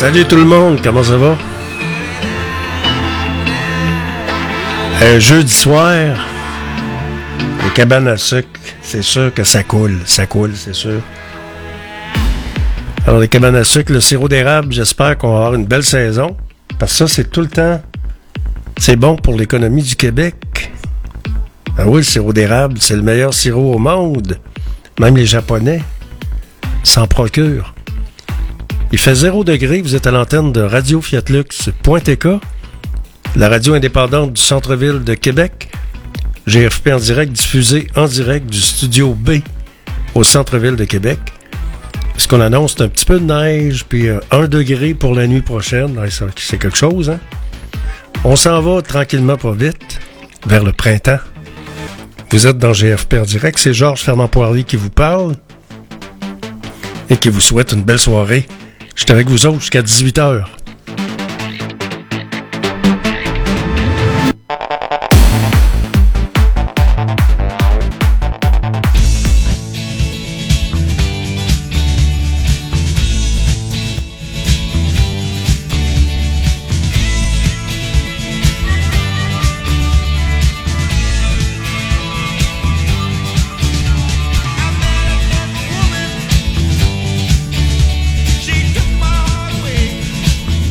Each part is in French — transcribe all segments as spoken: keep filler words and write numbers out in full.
Salut tout le monde, comment ça va? Un jeudi soir, les cabanes à sucre, c'est sûr que ça coule, ça coule, c'est sûr. Alors les cabanes à sucre, le sirop d'érable, j'espère qu'on va avoir une belle saison, parce que ça c'est tout le temps, c'est bon pour l'économie du Québec. Ah oui, le sirop d'érable, c'est le meilleur sirop au monde. Même les Japonais s'en procurent. Il fait zéro degré, vous êtes à l'antenne de Radio Fiat Lux point T K, la radio indépendante du centre-ville de Québec. G F P en direct, diffusé en direct du studio B au centre-ville de Québec. Ce qu'on annonce, c'est un petit peu de neige, puis euh, un degré pour la nuit prochaine. Ouais, ça, c'est quelque chose, hein? On s'en va tranquillement, pas vite, vers le printemps. Vous êtes dans G F P en direct, c'est Georges Fernand Poirier qui vous parle et qui vous souhaite une belle soirée. Je suis avec vous autres jusqu'à dix-huit heures. She took my heart away.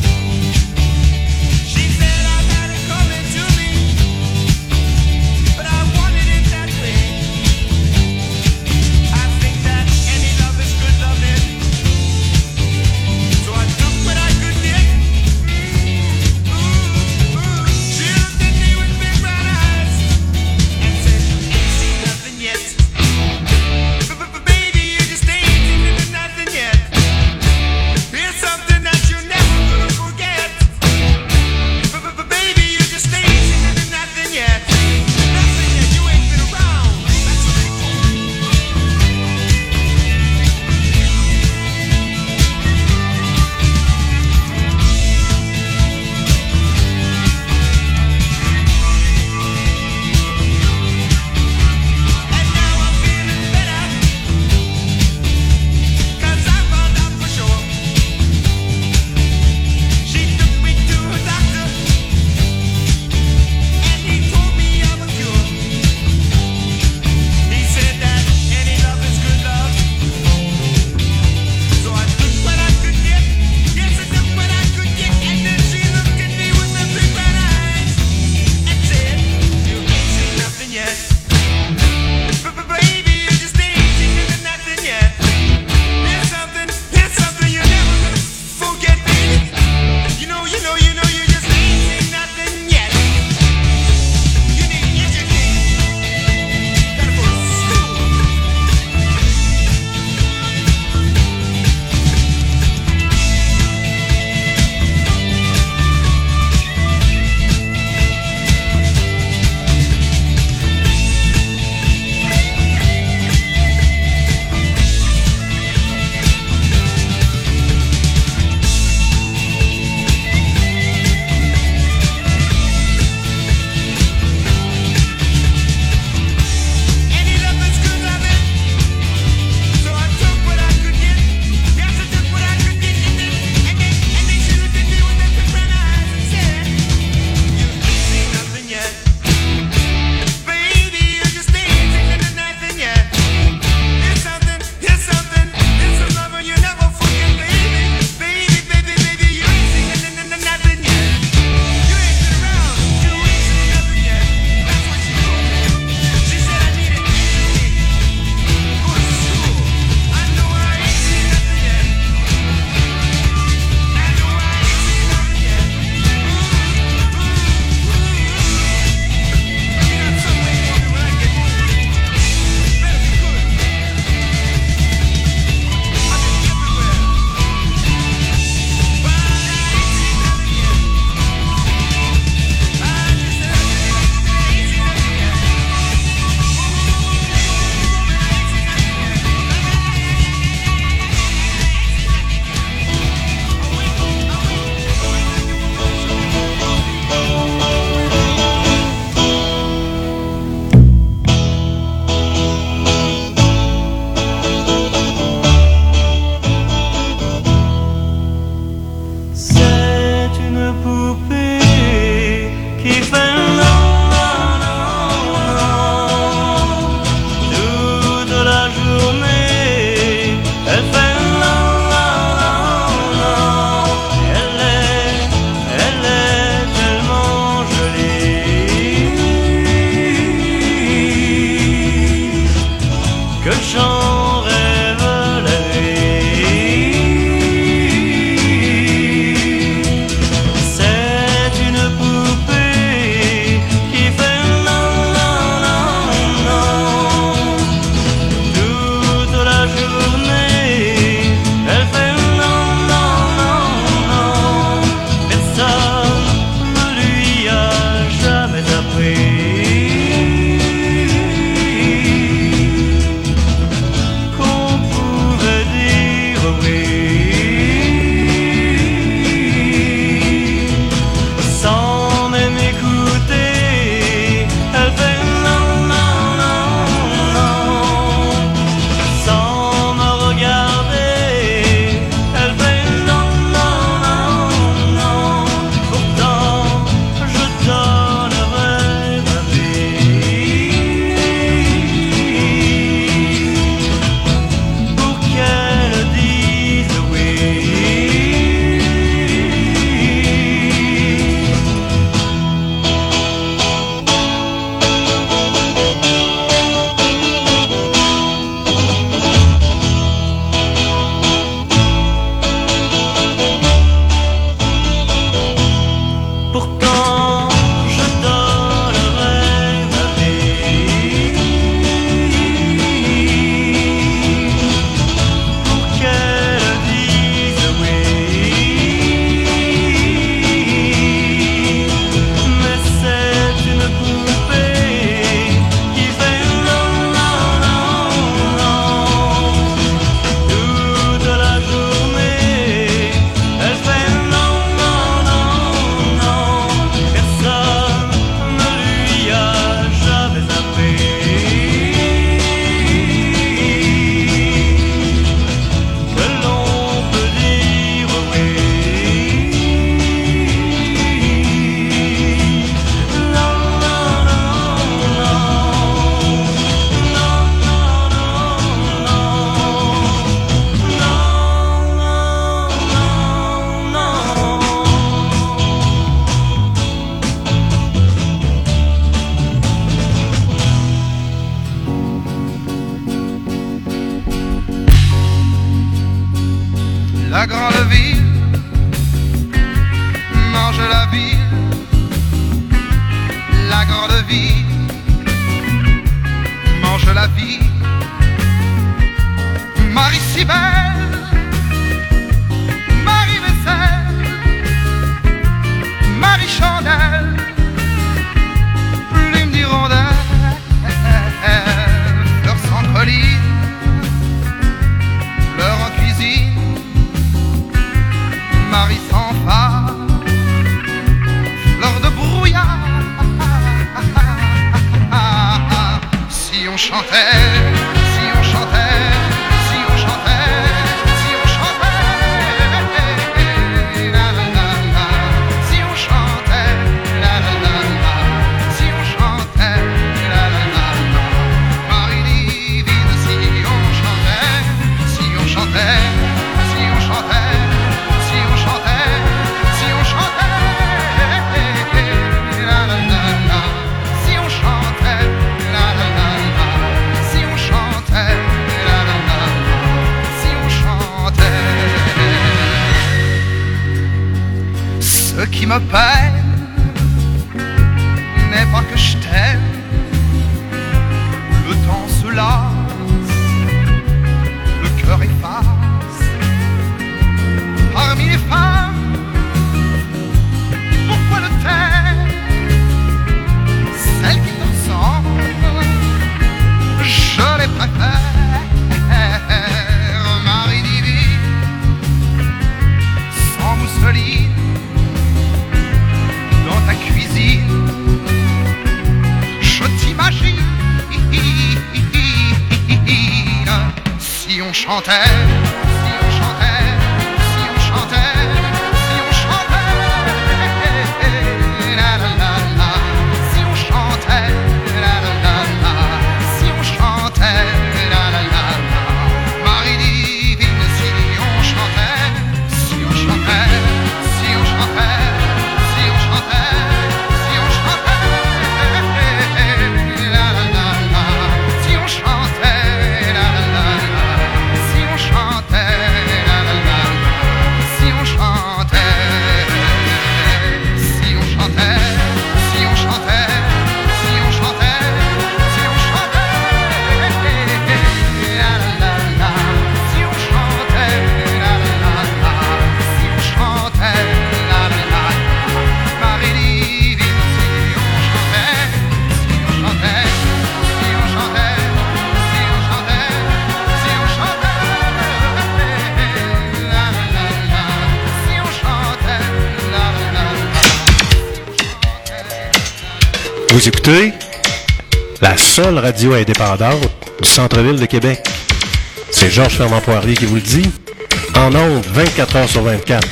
La grande ville mange la ville, la grande ville mange la vie. Marie si belle, Marie vaisselle, Marie chandelle, plume d'hirondelle, fleurs sans colline, fleurs en cuisine, Marie sans phare, fleurs de brouillard. Si on chantait, si on chantait, si on chantait, si on chantait, la la la la, si on chantait, la la la la, si on chantait, la la la la, Marie divine, si on chantait, si on chantait, si on chantait, si on chantait, si on chantait, la la la la, si on chantait, la la la la, si on chantait, la la la la, si on chantait. Ce qui me peine n'est pas que je t'aime, le temps se lasse, le cœur efface. Parmi les femmes, pourquoi le taire? Celle qui te ressemble, je les préfère. Marie divine, sans mousseline, dans ta cuisine, je t'imagine. Si on chantait, si on chantait, si on chantait, si on chantait, la la la la, si on chantait, la la la la, si on chantait, la la la la, Marie divine, si on chantait, si on chantait, si on chantait, si on chantait, si on chantait, la la la la, si on chantait, la la la la, si on chantait, la la la la, si on chantait, si on chantait, si on chantait, si on chantait, si on chantait, la la la la, si on chantait, la la la la, si on chantait, la la la la, Marie divine, si on chantait, si on chantait, si on chantait, si on chantait, si on chantait, la la la la, si on chantait, la la la la. Vous écoutez la seule radio indépendante du centre-ville de Québec. C'est Georges Fernand Poirier qui vous le dit. En ondes, vingt-quatre heures sur vingt-quatre.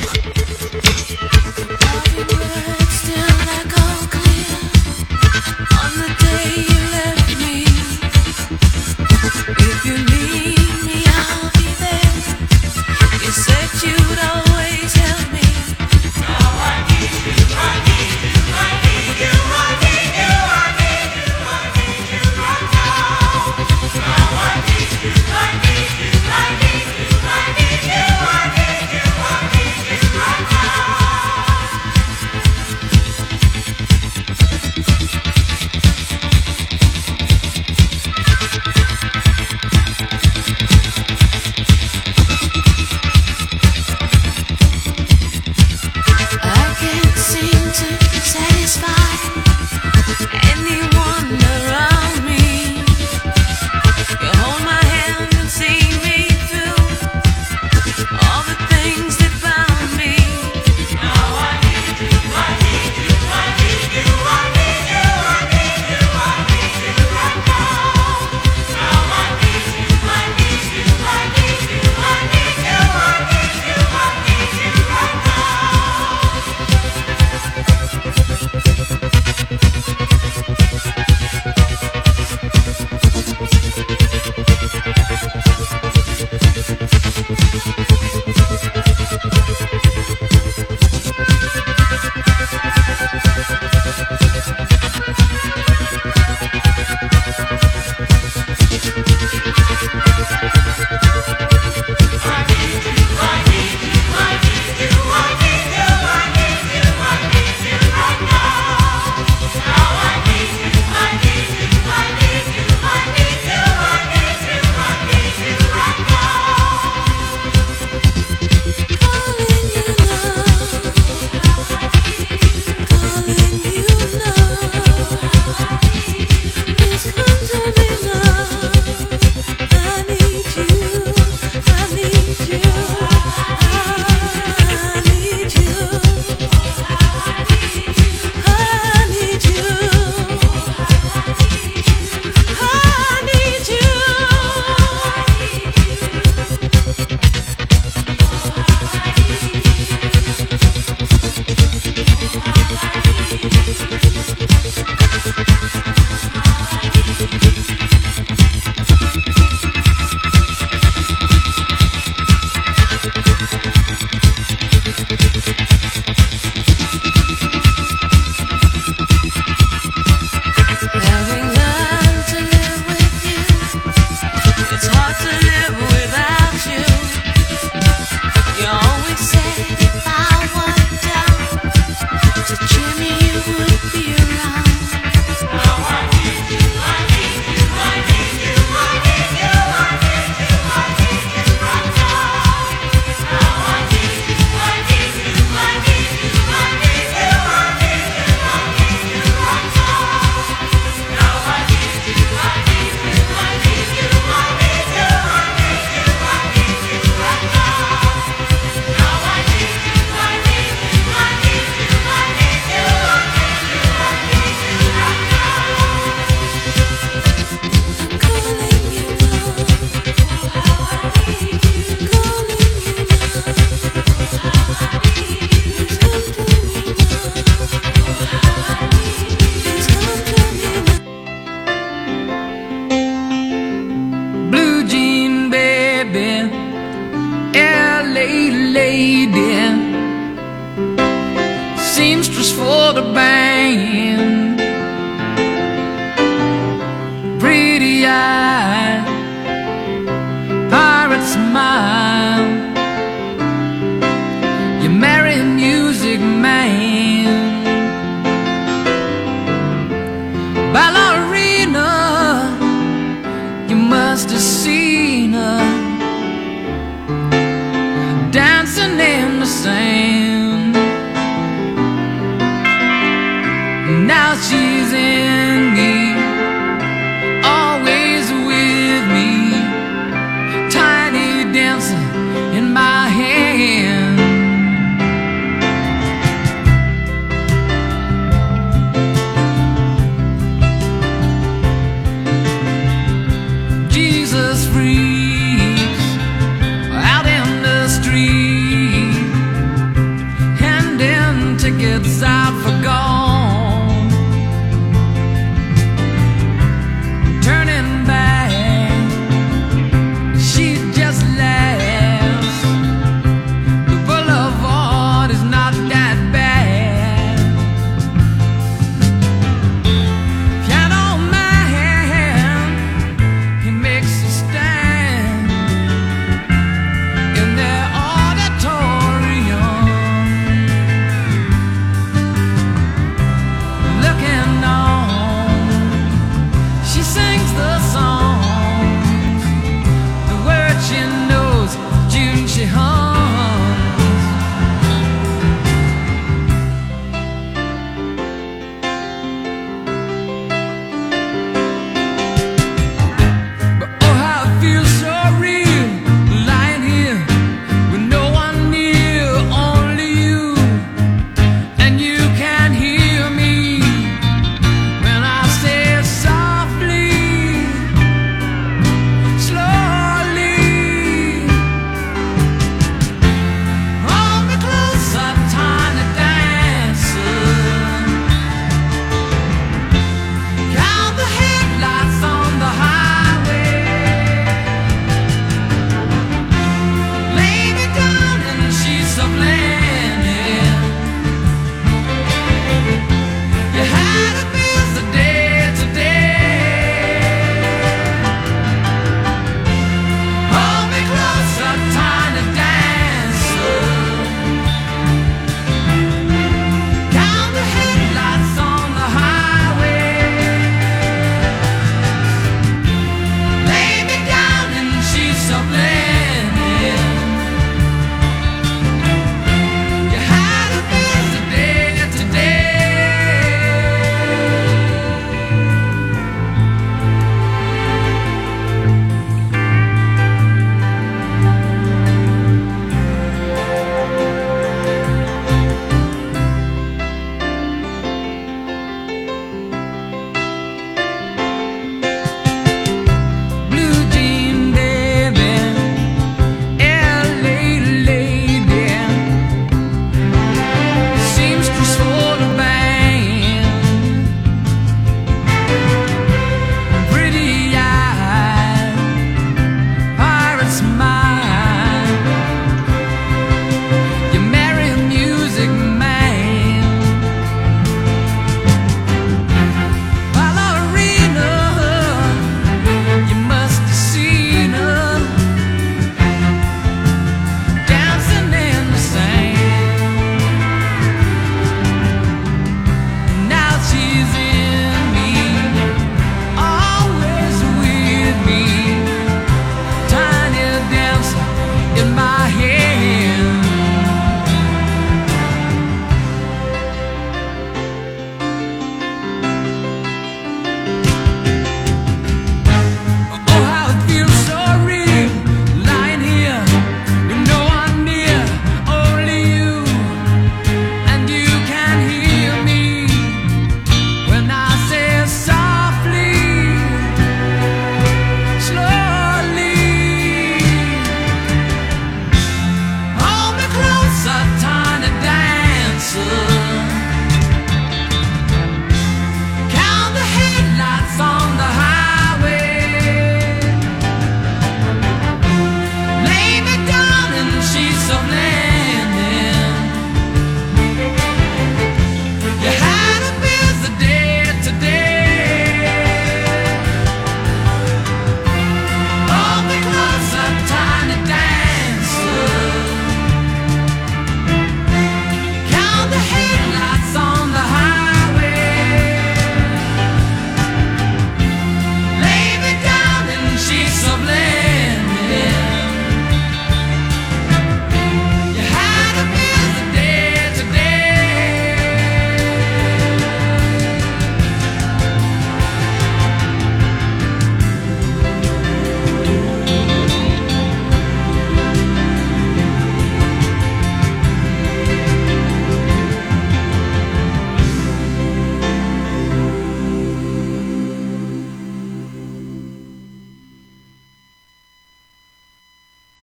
I need you, I need you, I need you, I need you.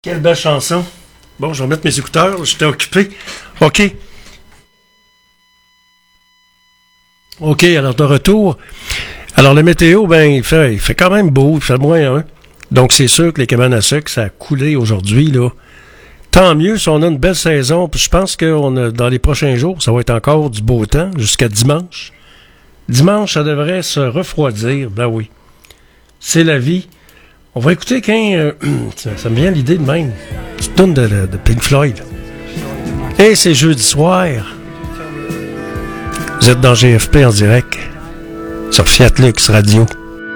Quelle belle chanson. Bon, je vais mettre mes écouteurs, j'étais occupé. OK. OK, alors de retour. Alors le météo, ben, il fait, il fait quand même beau, il fait moins un. Donc c'est sûr que les cabanes à sucre, ça a coulé aujourd'hui, là. Tant mieux si on a une belle saison. Puis je pense que on a, dans les prochains jours, ça va être encore du beau temps jusqu'à dimanche. Dimanche, ça devrait se refroidir. Ben oui. C'est la vie. On va écouter qu'un... Euh, ça, ça me vient l'idée de même. Tu tournes de, de, de Pink Floyd. Et c'est jeudi soir. Vous êtes dans G F P en direct. Sur Fiat Lux Radio.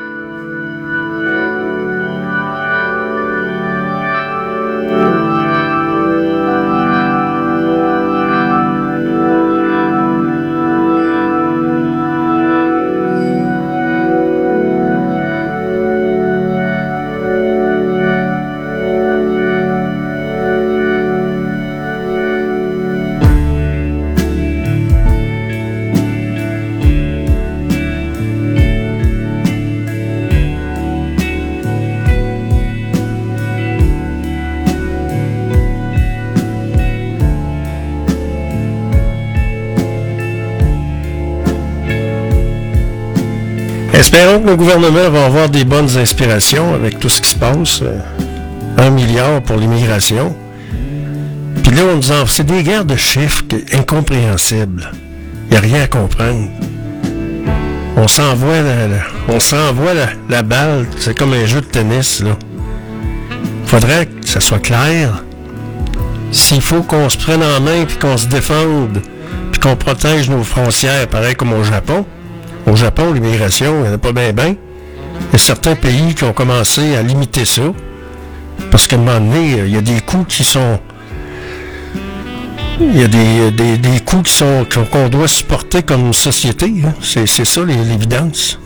Espérons que le gouvernement va avoir des bonnes inspirations avec tout ce qui se passe. Euh, un milliard pour l'immigration. Puis là, on nous en... c'est des guerres de chiffres incompréhensibles. Il n'y a rien à comprendre. On s'envoie la, la, on s'envoie la, la balle. C'est comme un jeu de tennis, là. Faudrait que ça soit clair. S'il faut qu'on se prenne en main puis qu'on se défende puis qu'on protège nos frontières, pareil comme au Japon. Au Japon, l'immigration, il n'y en a pas bien bien. Il y a certains pays qui ont commencé à limiter ça. Parce qu'à un moment donné, il y a des coûts qui sont... Il y a des, des, des coûts qui sont, qu'on doit supporter comme société. Hein. C'est, c'est ça l'évidence.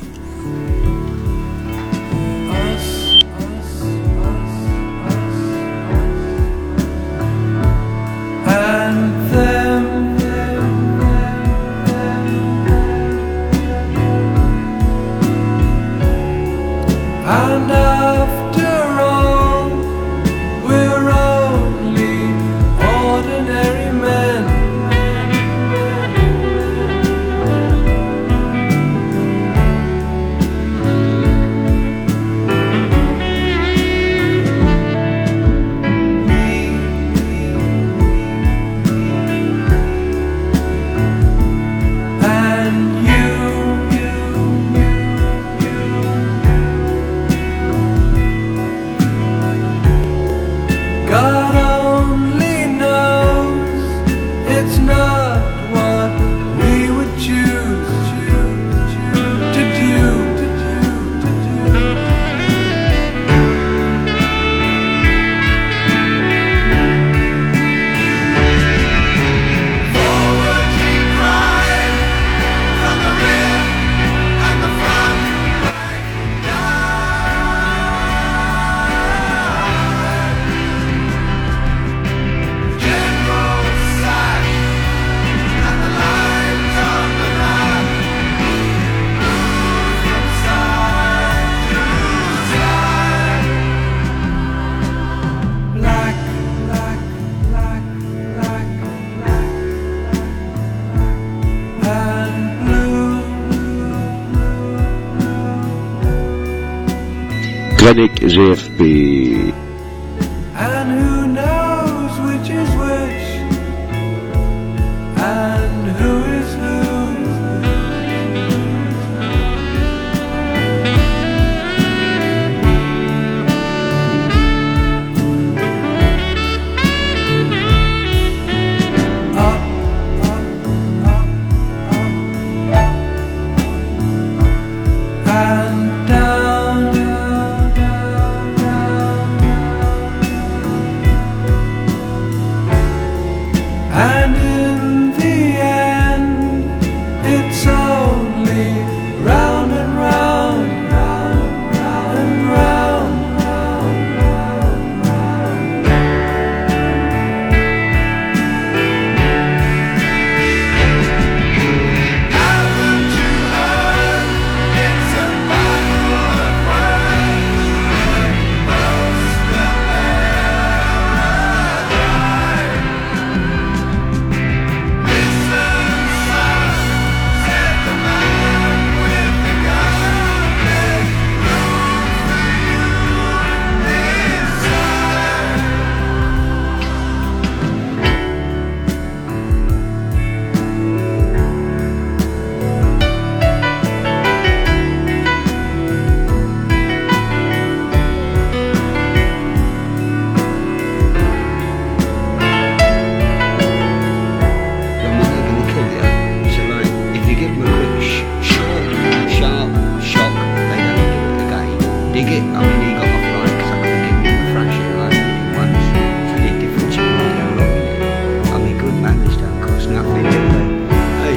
Chronique G F P. And who knows which is which, and who is who. Up, up, up, up, and down. And in the end, it's only round and round, round, round and round, round, round, round. Haven't you heard? It's a battle. dig it. I mean, he got off like, because I couldn't give him a fraction, like, once. So the difference in what I don't love in it. I mean, good man, this don't cost nothing, do they? Hey.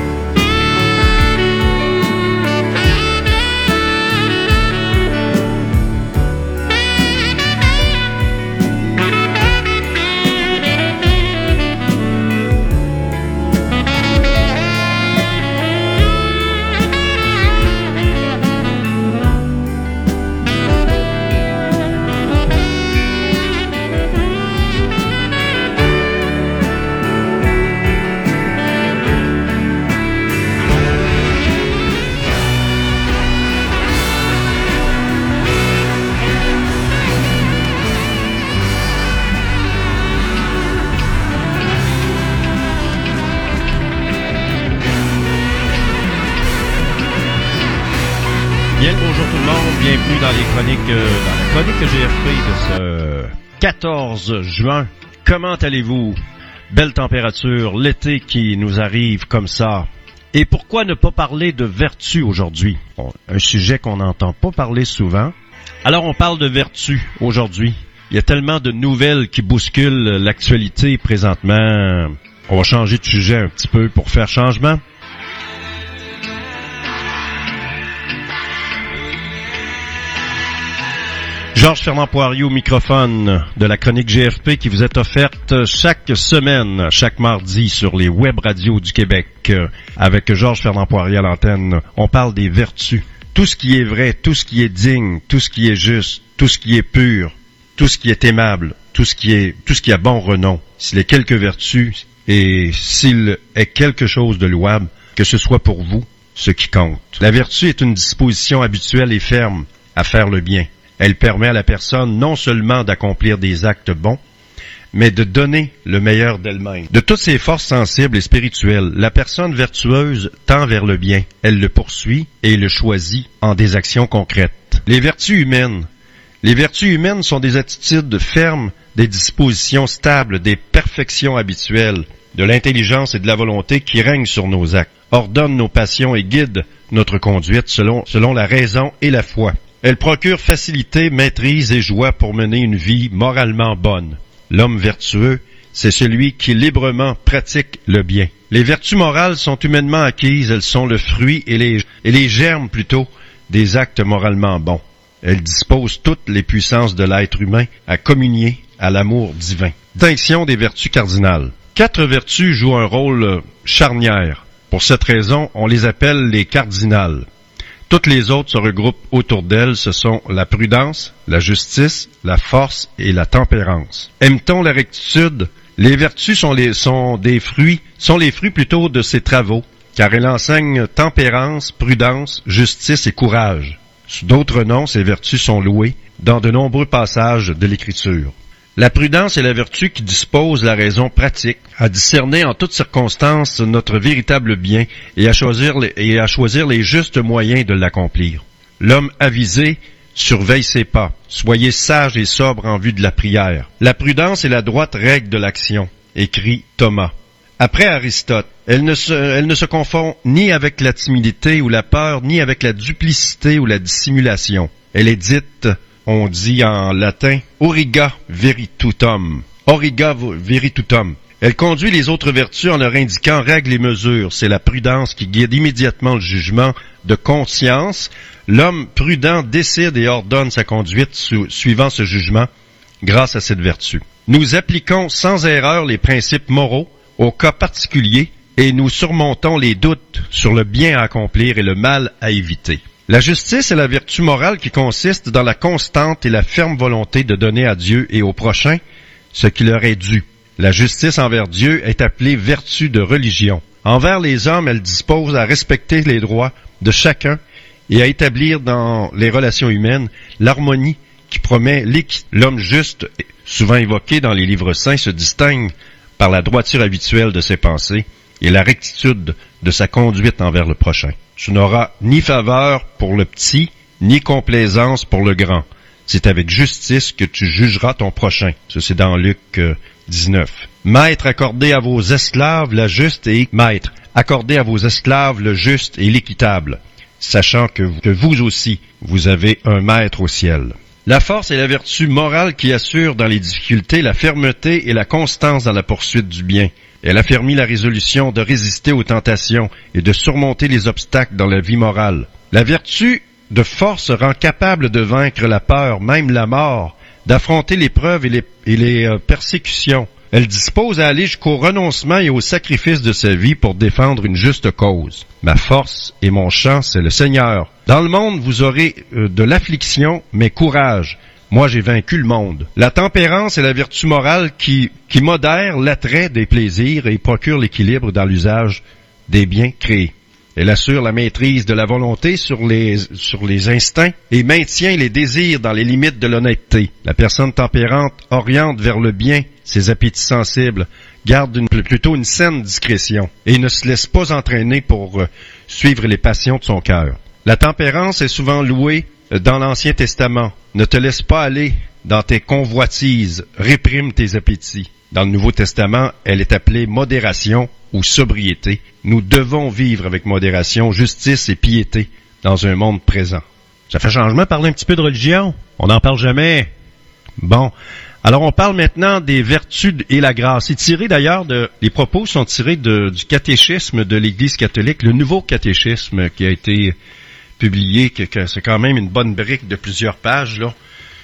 Bien le bonjour tout le monde, bienvenue dans les chroniques, euh, dans la chronique G R P de ce quatorze juin. Comment allez-vous? Belle température, l'été qui nous arrive comme ça. Et pourquoi ne pas parler de vertu aujourd'hui? Bon, un sujet qu'on n'entend pas parler souvent. Alors on parle de vertu aujourd'hui. Il y a tellement de nouvelles qui bousculent l'actualité présentement. On va changer de sujet un petit peu pour faire changement. Georges Fernand Poirier au microphone de la chronique G R P qui vous est offerte chaque semaine, chaque mardi sur les web radios du Québec. Avec Georges Fernand Poirier à l'antenne, on parle des vertus. Tout ce qui est vrai, tout ce qui est digne, tout ce qui est juste, tout ce qui est pur, tout ce qui est aimable, tout ce qui est, tout ce qui a bon renom. S'il est quelques vertus et s'il est quelque chose de louable, que ce soit pour vous ce qui compte. La vertu est une disposition habituelle et ferme à faire le bien. Elle permet à la personne non seulement d'accomplir des actes bons, mais de donner le meilleur d'elle-même. De toutes ses forces sensibles et spirituelles, la personne vertueuse tend vers le bien. Elle le poursuit et le choisit en des actions concrètes. Les vertus humaines. Les vertus humaines sont des attitudes fermes, des dispositions stables, des perfections habituelles, de l'intelligence et de la volonté qui règnent sur nos actes, ordonnent nos passions et guident notre conduite selon, selon la raison et la foi. Elle procure facilité, maîtrise et joie pour mener une vie moralement bonne. L'homme vertueux, c'est celui qui librement pratique le bien. Les vertus morales sont humainement acquises, elles sont le fruit et les, et les germes plutôt des actes moralement bons. Elles disposent toutes les puissances de l'être humain à communier à l'amour divin. Distinction des vertus cardinales. Quatre vertus jouent un rôle charnière. Pour cette raison, on les appelle les cardinales. Toutes les autres se regroupent autour d'elles, ce sont la prudence, la justice, la force et la tempérance. Aime-t-on la rectitude? Les vertus sont, les, sont des fruits, sont les fruits plutôt de ses travaux, car elle enseigne tempérance, prudence, justice et courage. Sous d'autres noms, ces vertus sont louées dans de nombreux passages de l'Écriture. La prudence est la vertu qui dispose la raison pratique à discerner en toutes circonstances notre véritable bien et à choisir les, et à choisir les justes moyens de l'accomplir. L'homme avisé surveille ses pas. Soyez sage et sobre en vue de la prière. La prudence est la droite règle de l'action, écrit Thomas. Après Aristote, elle ne se, elle ne se confond ni avec la timidité ou la peur, ni avec la duplicité ou la dissimulation. Elle est dite, on dit en latin, origa virtutum. Origa virtutum. Elle conduit les autres vertus en leur indiquant règles et mesures. C'est la prudence qui guide immédiatement le jugement de conscience. L'homme prudent décide et ordonne sa conduite su- suivant ce jugement grâce à cette vertu. Nous appliquons sans erreur les principes moraux au cas particulier et nous surmontons les doutes sur le bien à accomplir et le mal à éviter. La justice est la vertu morale qui consiste dans la constante et la ferme volonté de donner à Dieu et au prochain ce qui leur est dû. La justice envers Dieu est appelée vertu de religion. Envers les hommes, elle dispose à respecter les droits de chacun et à établir dans les relations humaines l'harmonie qui promet l'équité. L'homme juste, souvent évoqué dans les livres saints, se distingue par la droiture habituelle de ses pensées et la rectitude de sa conduite envers le prochain. Tu n'auras ni faveur pour le petit, ni complaisance pour le grand. C'est avec justice que tu jugeras ton prochain. Ça, c'est dans Luc euh, dix-neuf. Maître, accordez à vos esclaves la juste et maître, accordez à vos esclaves le juste et l'équitable. sachant que vous, que vous aussi, vous avez un maître au ciel. La force est la vertu morale qui assure dans les difficultés la fermeté et la constance dans la poursuite du bien. Elle affermit la résolution de résister aux tentations et de surmonter les obstacles dans la vie morale. La vertu de force rend capable de vaincre la peur, même la mort, d'affronter l'épreuve et les, et les euh, persécutions. Elle dispose à aller jusqu'au renoncement et au sacrifice de sa vie pour défendre une juste cause. Ma force et mon champ, c'est le Seigneur. Dans le monde, vous aurez euh, de l'affliction, mais courage. Moi, j'ai vaincu le monde. La tempérance est la vertu morale qui, qui modère l'attrait des plaisirs et procure l'équilibre dans l'usage des biens créés. Elle assure la maîtrise de la volonté sur les, sur les instincts et maintient les désirs dans les limites de l'honnêteté. La personne tempérante oriente vers le bien ses appétits sensibles, garde une, plutôt une saine discrétion et ne se laisse pas entraîner pour euh, suivre les passions de son cœur. La tempérance est souvent louée dans l'Ancien Testament. Ne te laisse pas aller dans tes convoitises, réprime tes appétits. Dans le Nouveau Testament, elle est appelée modération ou sobriété. Nous devons vivre avec modération, justice et piété dans un monde présent. Ça fait changement, parler un petit peu de religion. On n'en parle jamais. Bon. Alors, on parle maintenant des vertus et la grâce. C'est tiré d'ailleurs de, les propos sont tirés de, du catéchisme de l'Église catholique, le nouveau catéchisme qui a été publié, que, que c'est quand même une bonne brique de plusieurs pages, là.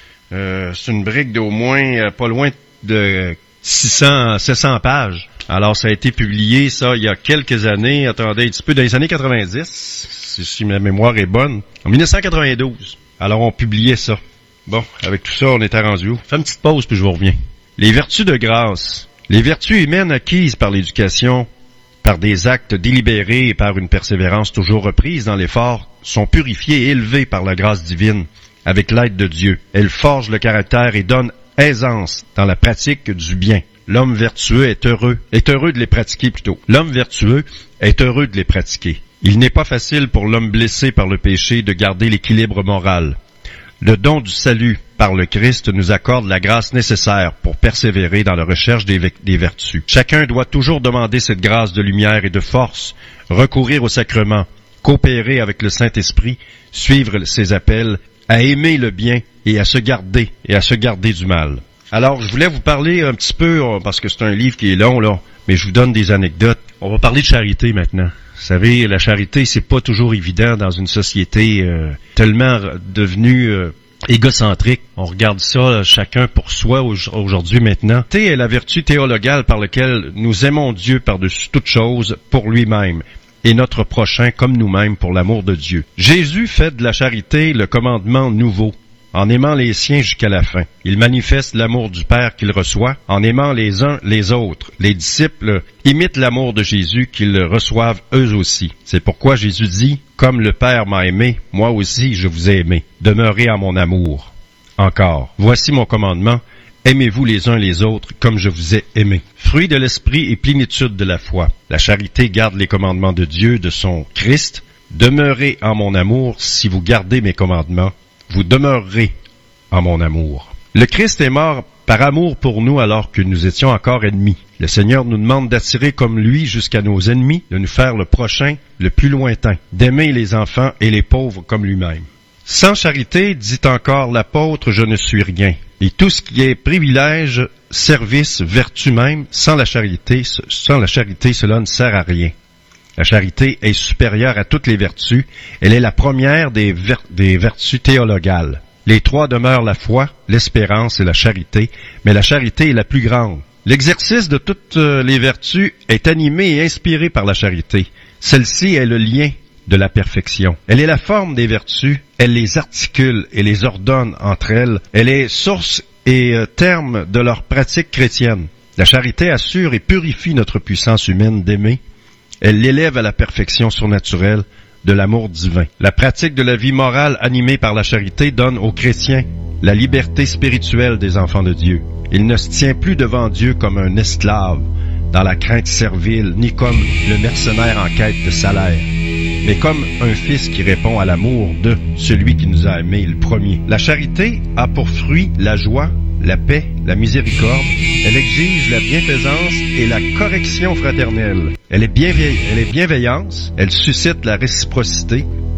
Euh, c'est une brique d'au moins, euh, pas loin de six cents, sept cents pages. Alors, ça a été publié, ça, il y a quelques années, attendez, un petit peu dans les années quatre-vingt-dix, si, si ma mémoire est bonne, en dix-neuf cent quatre-vingt-douze. Alors, on publiait ça. Bon, avec tout ça, on était rendu où? Fais une petite pause, puis je vous reviens. Les vertus de grâce. Les vertus humaines acquises par l'éducation, par des actes délibérés et par une persévérance toujours reprise dans l'effort, sont purifiées et élevées par la grâce divine, avec l'aide de Dieu. Elles forgent le caractère et donnent aisance dans la pratique du bien. L'homme vertueux est heureux, est heureux de les pratiquer plutôt. L'homme vertueux est heureux de les pratiquer. Il n'est pas facile pour l'homme blessé par le péché de garder l'équilibre moral. Le don du salut par le Christ nous accorde la grâce nécessaire pour persévérer dans la recherche des, des vertus. Chacun doit toujours demander cette grâce de lumière et de force, recourir au sacrement, coopérer avec le Saint-Esprit, suivre ses appels, à aimer le bien et à se garder, et à se garder du mal. Alors, je voulais vous parler un petit peu, parce que c'est un livre qui est long, là, mais je vous donne des anecdotes. On va parler de charité maintenant. Vous savez, la charité, c'est pas toujours évident dans une société euh, tellement devenue euh, égocentrique. On regarde ça, chacun pour soi aujourd'hui maintenant. Thé est la vertu théologale par laquelle nous aimons Dieu par-dessus toute chose pour lui-même et notre prochain comme nous-mêmes pour l'amour de Dieu. Jésus fait de la charité le commandement nouveau, en aimant les siens jusqu'à la fin. Il manifeste l'amour du Père qu'il reçoit en aimant les uns les autres. Les disciples imitent l'amour de Jésus qu'ils reçoivent eux aussi. C'est pourquoi Jésus dit, « Comme le Père m'a aimé, moi aussi je vous ai aimé. Demeurez en mon amour. » Encore, « Voici mon commandement, aimez-vous les uns les autres comme je vous ai aimé. » Fruit de l'esprit et plénitude de la foi. La charité garde les commandements de Dieu, de son Christ. « Demeurez en mon amour si vous gardez mes commandements. Vous demeurerez en mon amour. » Le Christ est mort par amour pour nous alors que nous étions encore ennemis. Le Seigneur nous demande d'attirer comme lui jusqu'à nos ennemis, de nous faire le prochain, le plus lointain, d'aimer les enfants et les pauvres comme lui-même. Sans charité, dit encore l'apôtre, je ne suis rien. Et tout ce qui est privilège, service, vertu même, sans la charité, sans la charité, cela ne sert à rien. La charité est supérieure à toutes les vertus. Elle est la première des, ver- des vertus théologales. Les trois demeurent la foi, l'espérance et la charité, mais la charité est la plus grande. L'exercice de toutes les vertus est animé et inspiré par la charité. Celle-ci est le lien de la perfection. Elle est la forme des vertus, elle les articule et les ordonne entre elles. Elle est source et terme de leur pratique chrétienne. La charité assure et purifie notre puissance humaine d'aimer. Elle l'élève à la perfection surnaturelle de l'amour divin. La pratique de la vie morale animée par la charité donne aux chrétiens la liberté spirituelle des enfants de Dieu. Il ne se tient plus devant Dieu comme un esclave dans la crainte servile, ni comme le mercenaire en quête de salaire, mais comme un fils qui répond à l'amour de celui qui nous a aimés le premier. La charité a pour fruit la joie, la paix, la miséricorde. Elle exige la bienfaisance et la correction fraternelle. Elle est, bienveille- elle est bienveillance, elle suscite la réciprocité,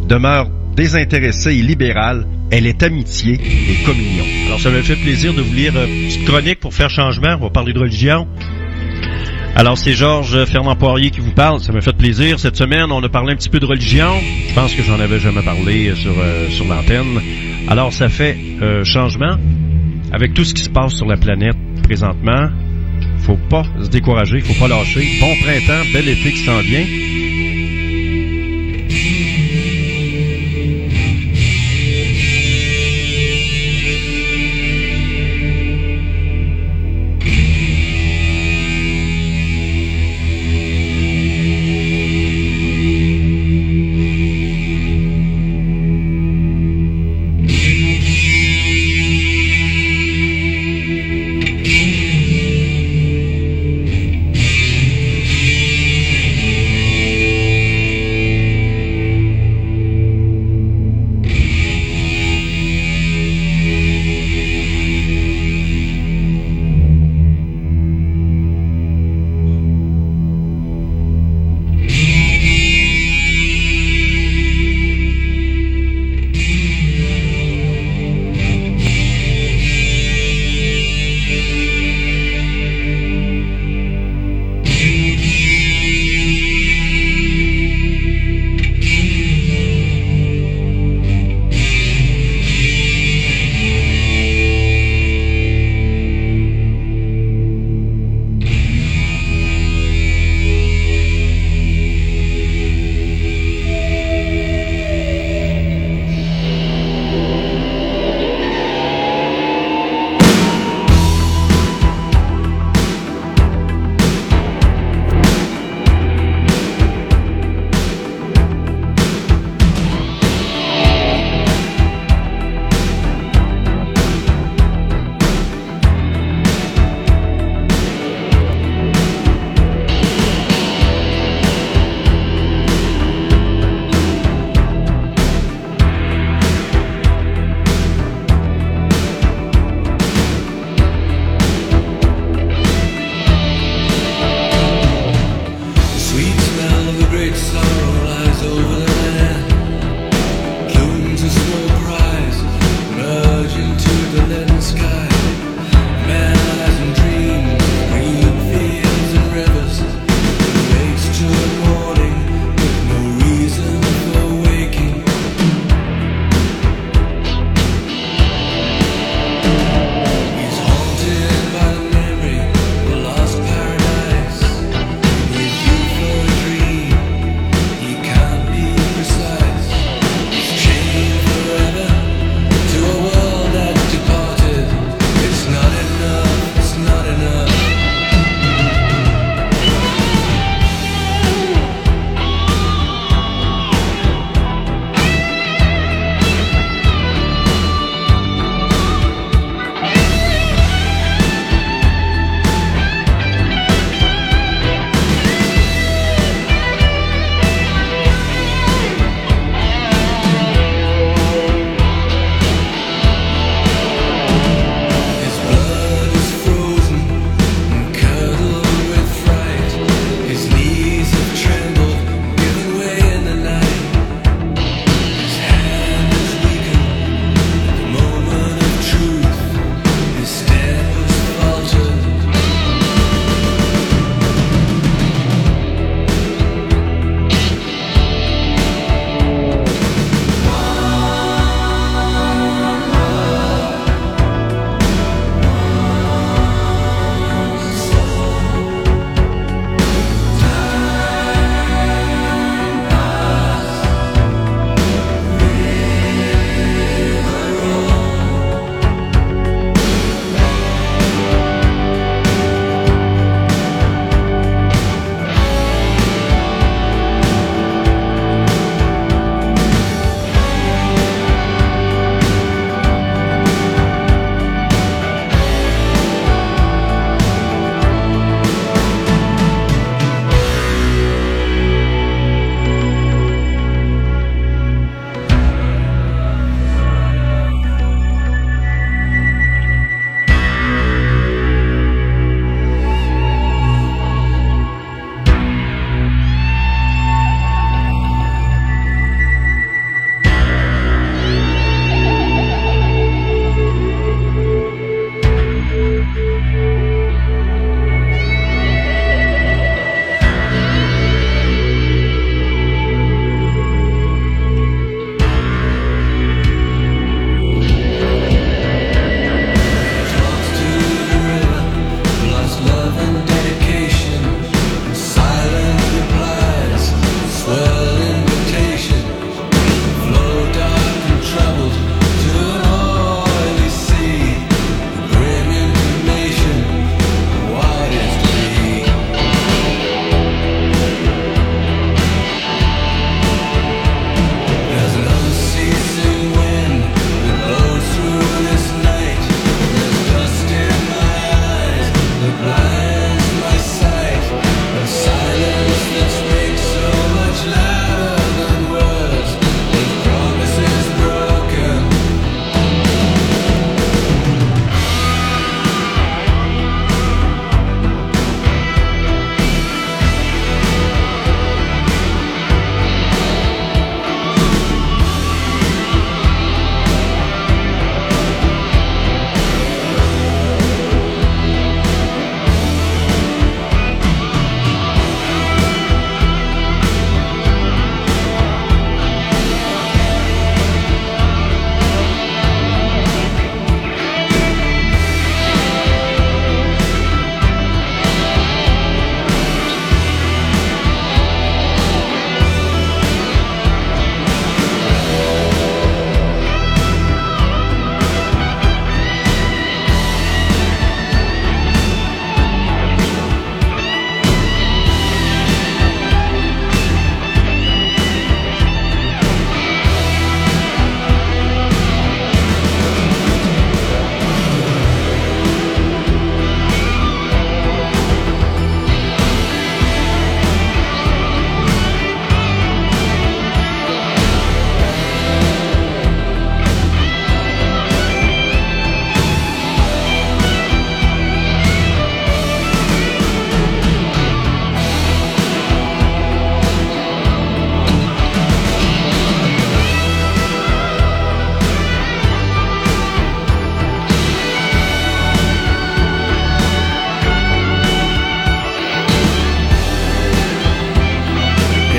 demeure désintéressée et libérale. Elle est amitié et communion. Alors, ça me fait plaisir de vous lire une petite chronique pour faire changement. On va parler de religion. Alors, c'est Georges Fernand Poirier qui vous parle. Ça m'a fait plaisir. Cette semaine, on a parlé un petit peu de religion. Je pense que j'en avais jamais parlé sur, euh, sur l'antenne. Alors, ça fait euh, changement. Avec tout ce qui se passe sur la planète présentement, faut pas se décourager, faut pas lâcher. Bon printemps, bel été qui s'en vient.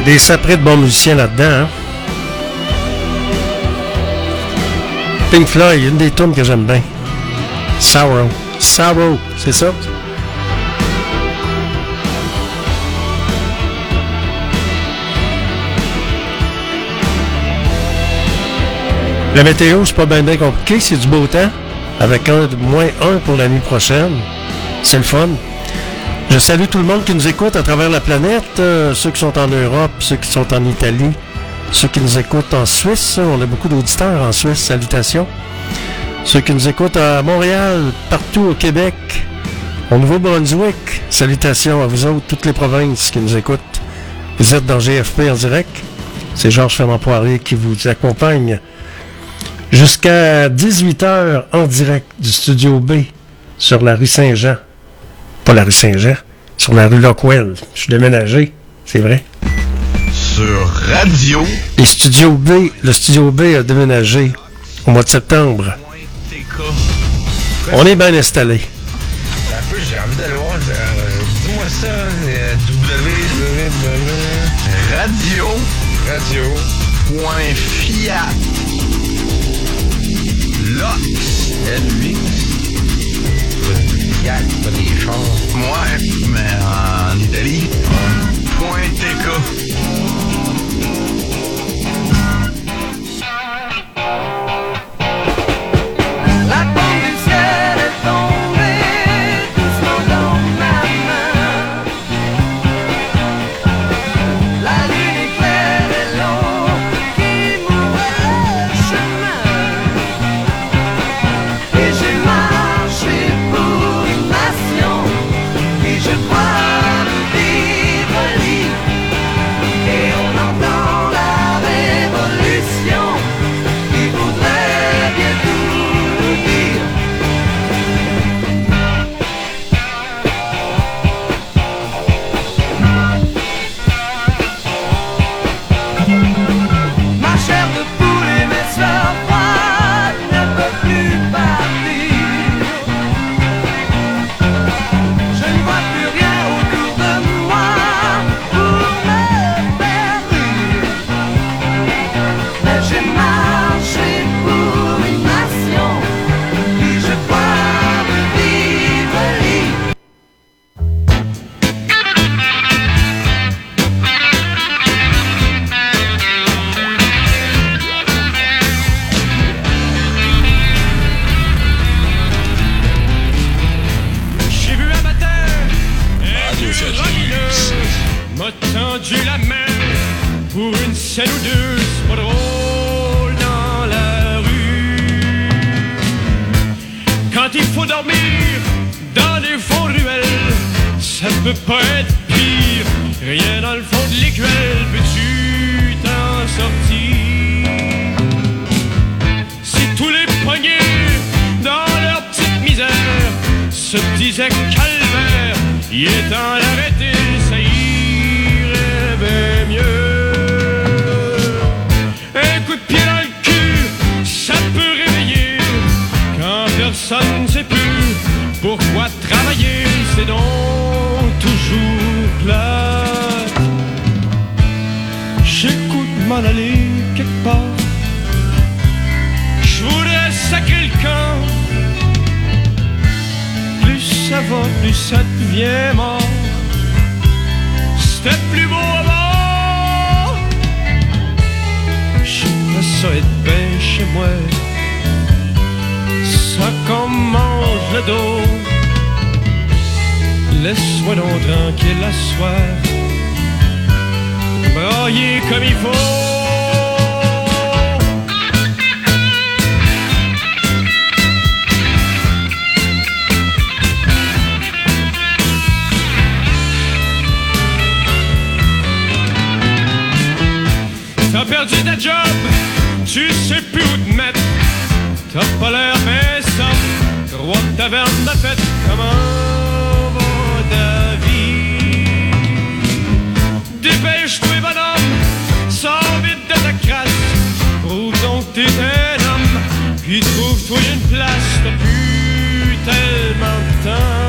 des saprés de bons musiciens là-dedans. Hein? Pink Floyd, une des tunes que j'aime bien. Sorrow. Sorrow, c'est ça? La météo, c'est pas bien bien compliqué, c'est du beau temps, avec un moins un pour la nuit prochaine. C'est le fun. Je salue tout le monde qui nous écoute à travers la planète, euh, ceux qui sont en Europe, ceux qui sont en Italie, ceux qui nous écoutent en Suisse. On a beaucoup d'auditeurs en Suisse, salutations. Ceux qui nous écoutent à Montréal, partout au Québec, au Nouveau-Brunswick, salutations à vous autres, toutes les provinces qui nous écoutent. Vous êtes dans G F P en direct. C'est Georges Fernand Poirier qui vous accompagne jusqu'à dix-huit heures en direct du Studio B sur la rue Saint-Jean. Pas la rue Saint-Jean, sur la rue Lockwell. Je suis déménagé, c'est vrai. Sur Radio. Les Studios B, le Studio B a déménagé au mois de septembre. On est bien installé. Un peu, j'ai envie d'aller voir. Euh, dis-moi ça. Euh, W. Radio. Radio. Point Fiat. Lox. L-X. Fiat, pas des chars. Ouais, mais en Italie. Point T K.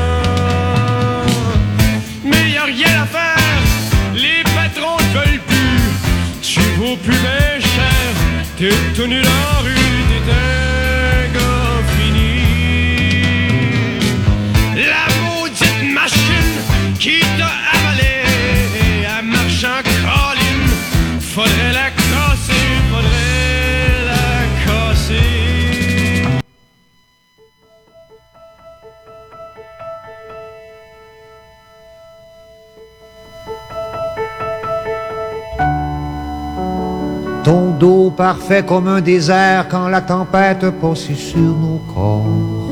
Mais y a rien à faire, les patrons ne veulent plus. vaut plus bien cher. T'es tout nu dans la rue, t'es un gars fini. La maudite machine qui t'a avalé, elle marche en colline. Faudrait la casser, faudrait la casser. Ton dos parfait comme un désert quand la tempête passe sur nos corps.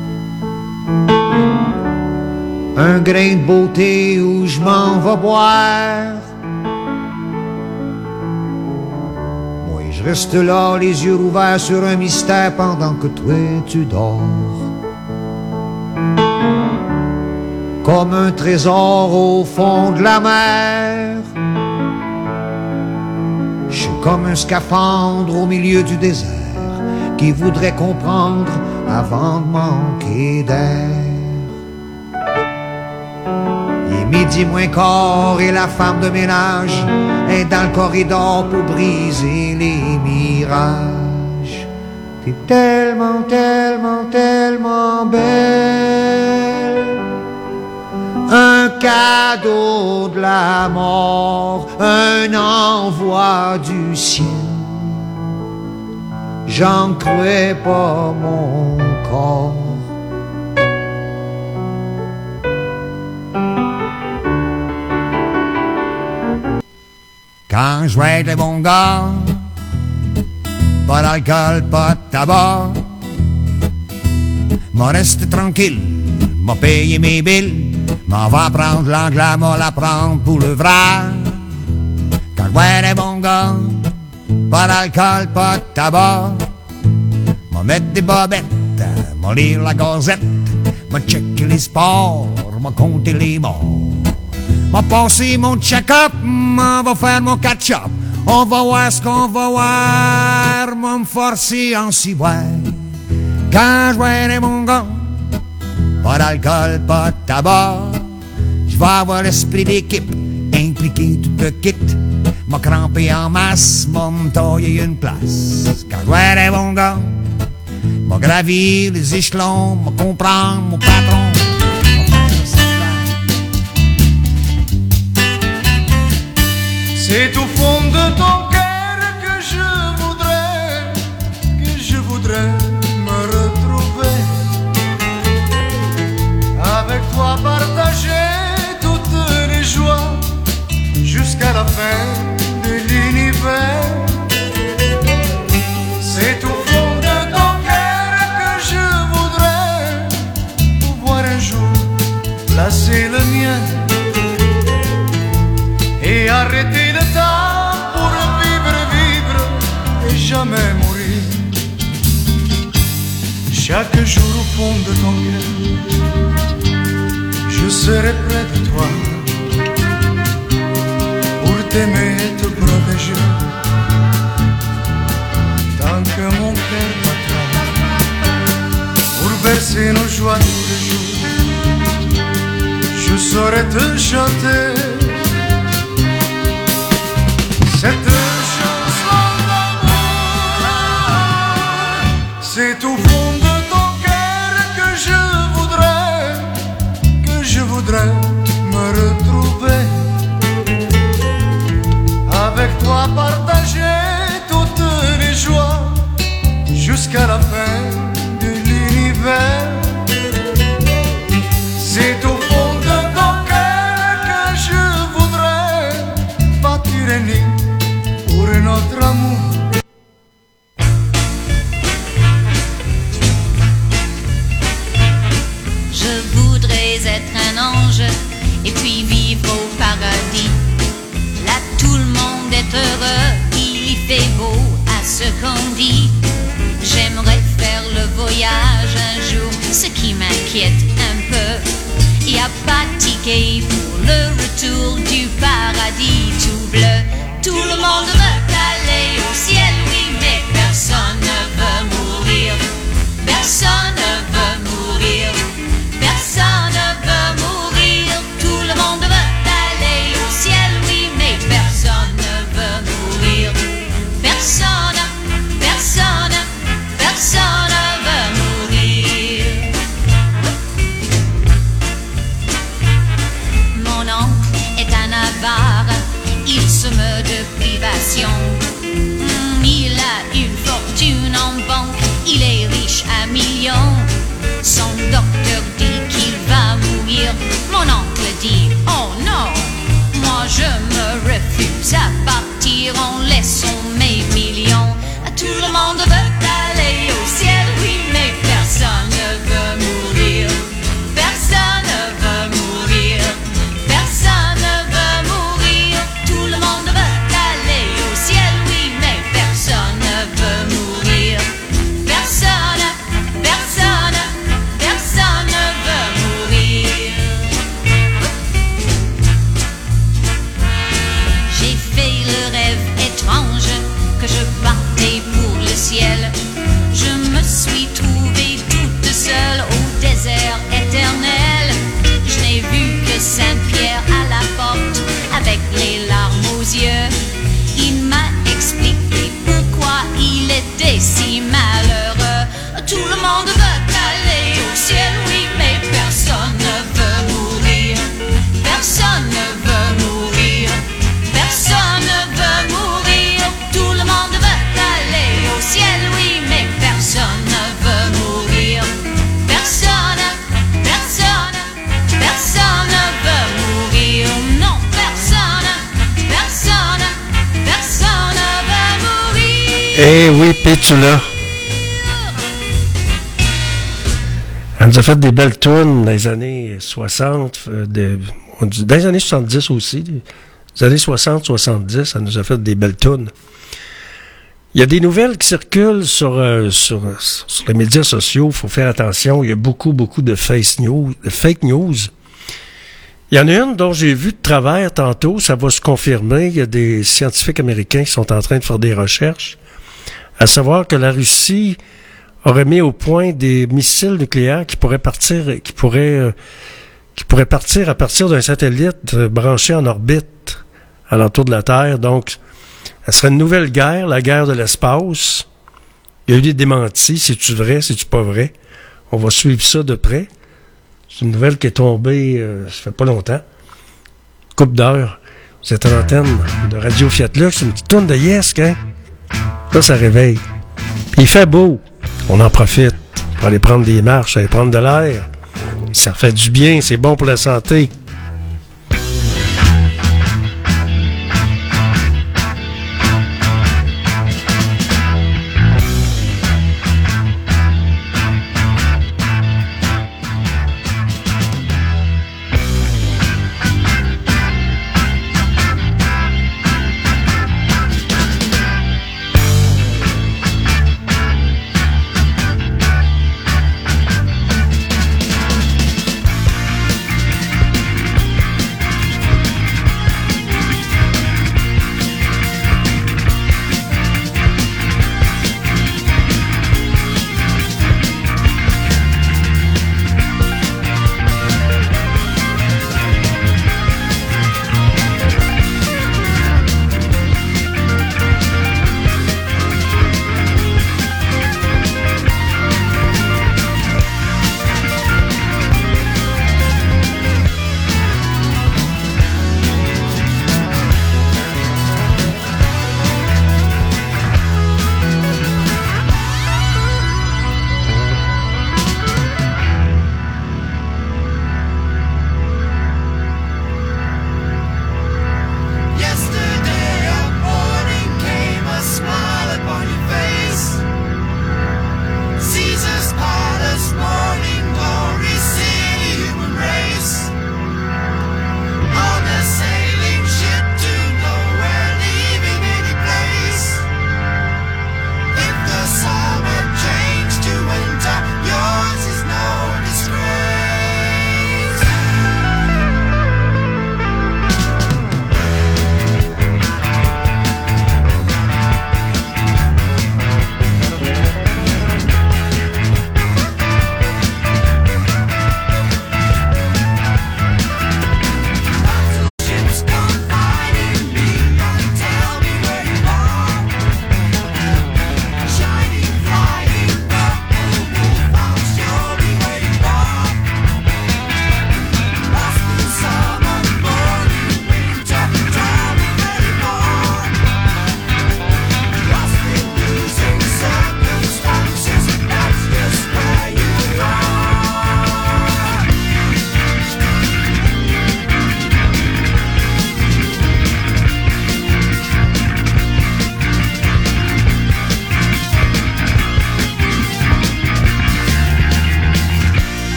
Un grain de beauté où je m'en vais boire. Moi je reste là, les yeux ouverts sur un mystère pendant que toi tu dors. Comme un trésor au fond de la mer. Je suis comme un scaphandre au milieu du désert qui voudrait comprendre avant de manquer d'air. Il est midi moins quart et la femme de ménage est dans le corridor pour briser les mirages. T'es tellement, tellement, tellement belle. Un cadeau de la mort, un envoi du ciel. J'en crois pas mon corps. Quand je vais être bon gars, pas d'alcool, pas de tabac, m'en reste tranquille, m'a payé mes billes. M'en va prendre l'anglais, m'en la prendre pour le vrai. Quand je vois des bons gars, pas d'alcool, pas de tabac, m'en mettre des bobettes, m'en lire la gazette, m'en checker les sports, m'en compter les morts. M'en passer mon check-up, m'en va faire mon catch-up. On va voir ce qu'on va voir, m'en me forcer en s'y voir. Quand je vois des bons gars, pas d'alcool, pas de tabac, je vais avoir l'esprit d'équipe, impliqué tout le kit, m'a crampé en masse, m'a taillé une place. Quand je vois des bons gars, m'a gravi les échelons, m'a comprendre mon patron. C'est au fond de ton cœur que je voudrais, que je voudrais me retrouver. Avec toi partager toutes les joies jusqu'à la fin de l'univers. C'est au fond de ton cœur que je voudrais pouvoir un jour placer le mien et arrêter le temps pour vivre, vivre et jamais mourir. Chaque jour au fond de ton cœur, je serai près de toi pour t'aimer et te protéger tant que mon cœur battra pour verser nos joies tous les jours. Je saurai te chanter cette chanson d'amour. C'est au fond de ton cœur que je voudrais, que je voudrais me retrouver. Avec toi partager toutes les joies jusqu'à la fin de l'univers. C'est au fond de ton cœur que je voudrais bâtir un nid pour notre amour. Je voudrais être un ange et puis vivre au paradis. Là tout le monde est heureux, il y fait beau à ce qu'on dit. J'aimerais faire le voyage un jour, ce qui m'inquiète un peu. Y a pas de ticket pour le retour du paradis tout bleu. Tout le monde veut aller au ciel, oui, mais personne ne veut mourir. Personne ne veut mourir. Personne ne veut mourir. Tout le monde veut aller au ciel, oui, mais personne ne veut mourir. docteur dit qu'il va mourir. Mon oncle dit, oh non, moi je me refuse à partir en laissant mes millions. Tout le monde veut aller au ciel, oui, mais personne ne veut mourir. Personne ne veut mourir. Personne ne veut mourir. Tout le monde veut aller au ciel, oui, mais personne ne veut mourir. Personne, personne, personne ne veut mourir. J'ai fait le rêve étrange que je partais pour le ciel. Je me suis trouvée toute seule au désert éternel. Je n'ai vu que Saint-Pierre à la porte avec les larmes aux yeux. Il m'a expliqué pourquoi il était si malheureux. Tout le monde veut aller au ciel, oui, mais personne ne veut mourir. Personne ne veut mourir. Personne ne veut mourir. Tout le monde veut aller au ciel, oui, mais personne ne veut mourir. Personne, personne, personne ne veut mourir. Non, personne, personne, personne ne veut mourir. Eh oui, Pétula. Elle nous a fait des belles tunes dans les années soixante, euh, de, dans les années soixante-dix aussi. Les années soixante soixante-dix, elle nous a fait des belles tunes. Il y a des nouvelles qui circulent sur, euh, sur, sur les médias sociaux. Il faut faire attention. Il y a beaucoup, beaucoup de fake news. De fake news. Il y en a une dont j'ai vu de travers tantôt. Ça va se confirmer. Il y a des scientifiques américains qui sont en train de faire des recherches. À savoir que la Russie aurait mis au point des missiles nucléaires qui pourraient partir, qui pourraient, euh, qui pourraient partir à partir d'un satellite euh, branché en orbite alentour de la Terre. Donc, ça serait une nouvelle guerre, la guerre de l'espace. Il y a eu des démentis. C'est-tu vrai? C'est-tu pas vrai? On va suivre ça de près. C'est une nouvelle qui est tombée, euh, ça fait pas longtemps. Coupe d'heure. Vous êtes à l'antenne de Radio Fiat Lux. Une petite tourne de Yesk, hein? Là, ça réveille. Puis il fait beau. On en profite pour aller prendre des marches, aller prendre de l'air. Ça fait du bien, c'est bon pour la santé.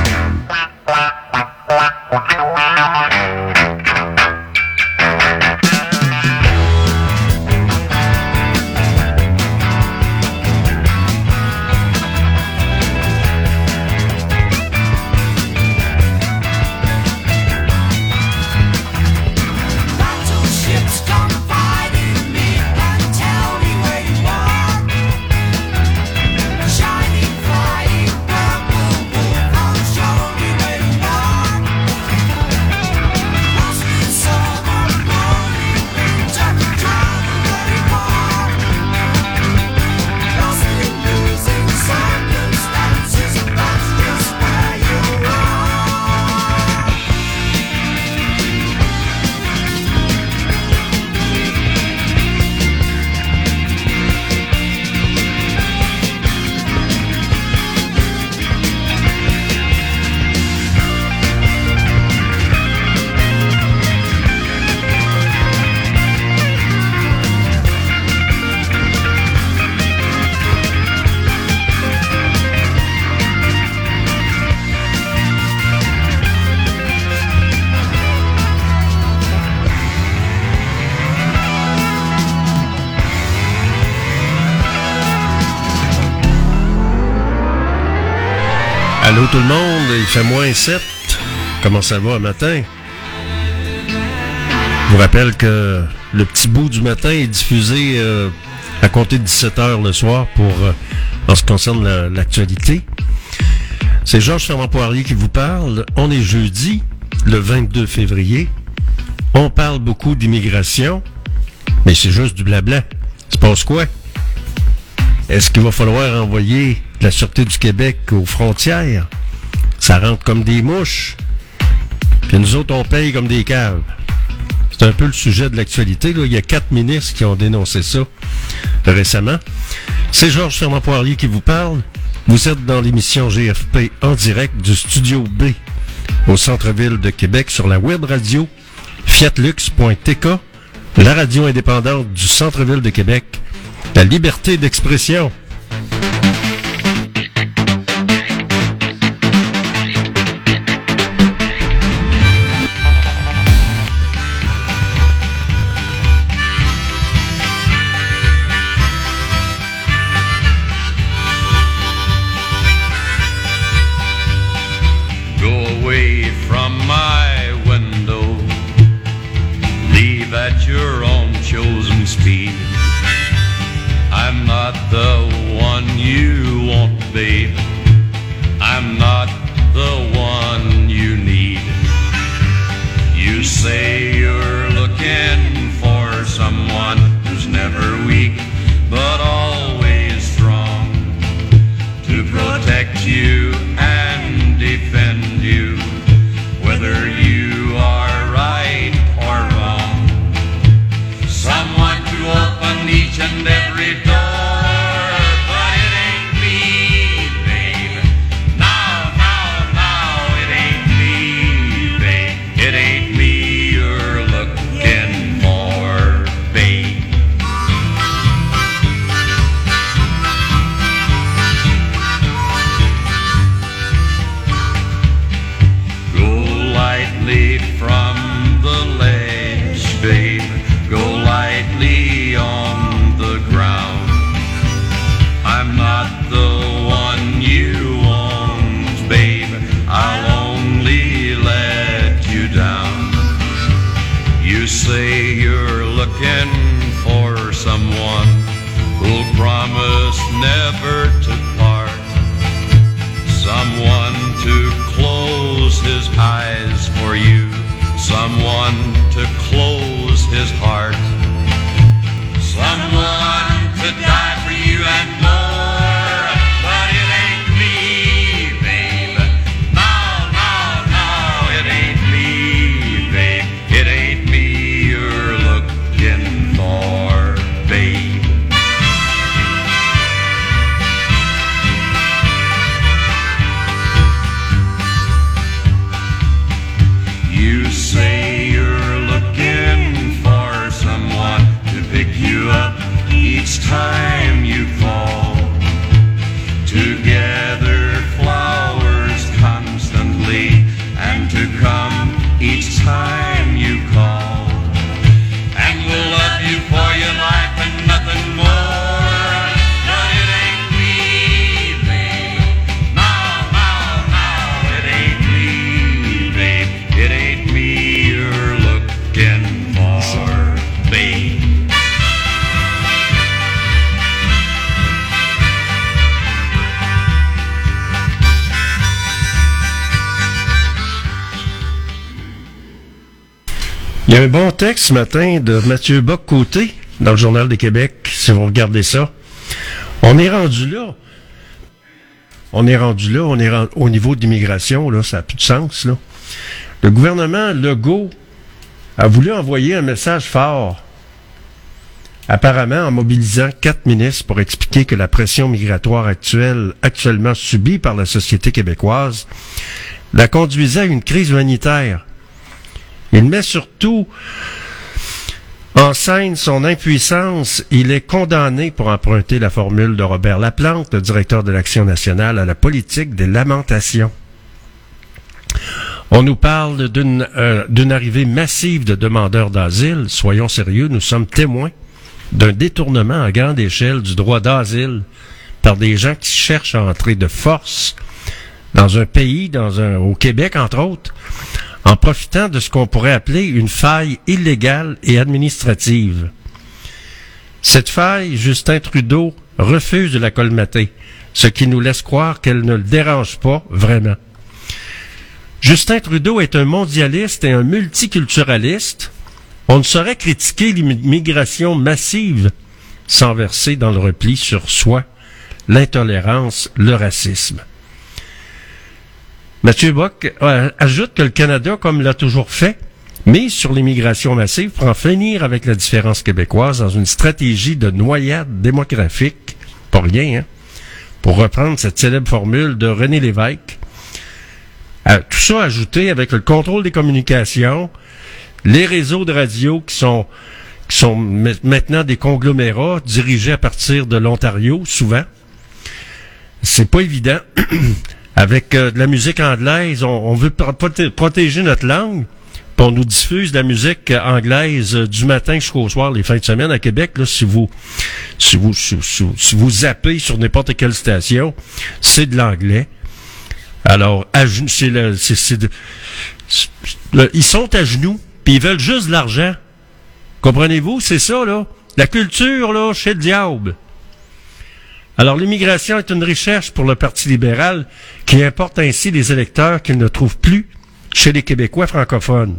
Allô tout le monde, il fait moins sept. Comment ça va un matin? Je vous rappelle que le petit bout du matin est diffusé euh, à compter de dix-sept heures le soir pour euh, en ce qui concerne la, l'actualité. C'est Georges Fernand Poirier qui vous parle. On est jeudi, le vingt-deux février. On parle beaucoup d'immigration, mais c'est juste du blabla. Il se passe quoi? Est-ce qu'il va falloir envoyer la Sûreté du Québec aux frontières? Ça rentre comme des mouches. Puis nous autres, on paye comme des caves. C'est un peu le sujet de l'actualité, là. Il y a quatre ministres qui ont dénoncé ça récemment. C'est Georges Fernand Poirier qui vous parle. Vous êtes dans l'émission G F P en direct du Studio B au centre-ville de Québec sur la web radio fiatlux point t k, la radio indépendante du centre-ville de Québec. La liberté d'expression. Go away from my window, leave at your own chosen speed. I'm not the one you want, babe. I'm not the one you need. You say you're looking for someone who's never weak, but always strong, to protect you and defend you, whether you are right or wrong. Someone to open each and every door, but it ain't me, baby. each time you call. And we'll love you for your life and nothing more. But it ain't me, babe. No, no, no, it ain't me, babe. It ain't me you're looking for, babe. Il y a un bon texte ce matin de Mathieu Bock-Côté dans le Journal de Québec, si vous regardez ça. On est rendu là. On est rendu là, on est rendu, au niveau de l'immigration, là, ça n'a plus de sens, là. Le gouvernement Legault a voulu envoyer un message fort, apparemment en mobilisant quatre ministres pour expliquer que la pression migratoire actuelle, actuellement subie par la société québécoise, la conduisait à une crise humanitaire. Il met surtout en scène son impuissance. Il est condamné, pour emprunter la formule de Robert Laplante, le directeur de l'Action nationale, à la politique des lamentations. On nous parle d'une euh, d'une arrivée massive de demandeurs d'asile. Soyons sérieux, nous sommes témoins d'un détournement à grande échelle du droit d'asile par des gens qui cherchent à entrer de force dans un pays, dans un, au Québec entre autres, en profitant de ce qu'on pourrait appeler une faille illégale et administrative. Cette faille, Justin Trudeau refuse de la colmater, ce qui nous laisse croire qu'elle ne le dérange pas vraiment. Justin Trudeau est un mondialiste et un multiculturaliste. On ne saurait critiquer l'immigration massive sans verser dans le repli sur soi, l'intolérance, le racisme. Mathieu Bock euh, ajoute que le Canada, comme l'a toujours fait, mise sur l'immigration massive pour en finir avec la différence québécoise dans une stratégie de noyade démographique, pas rien, hein, pour reprendre cette célèbre formule de René Lévesque. Euh, tout ça ajouté avec le contrôle des communications, les réseaux de radio qui sont qui sont maintenant des conglomérats dirigés à partir de l'Ontario, souvent. C'est pas évident. Avec euh, de la musique anglaise, on, on veut proté- protéger notre langue, puis on nous diffuse de la musique anglaise euh, du matin jusqu'au soir, les fins de semaine à Québec. Là, si vous si vous si, si, si vous zappez sur n'importe quelle station, c'est de l'anglais. Alors, à genoux, c'est le, c'est, c'est de, c'est, le, ils sont à genoux, puis ils veulent juste de l'argent. Comprenez-vous? C'est ça, là. La culture, là, chez le diable. Alors, l'immigration est une richesse pour le Parti libéral qui importe ainsi des électeurs qu'il ne trouve plus chez les Québécois francophones.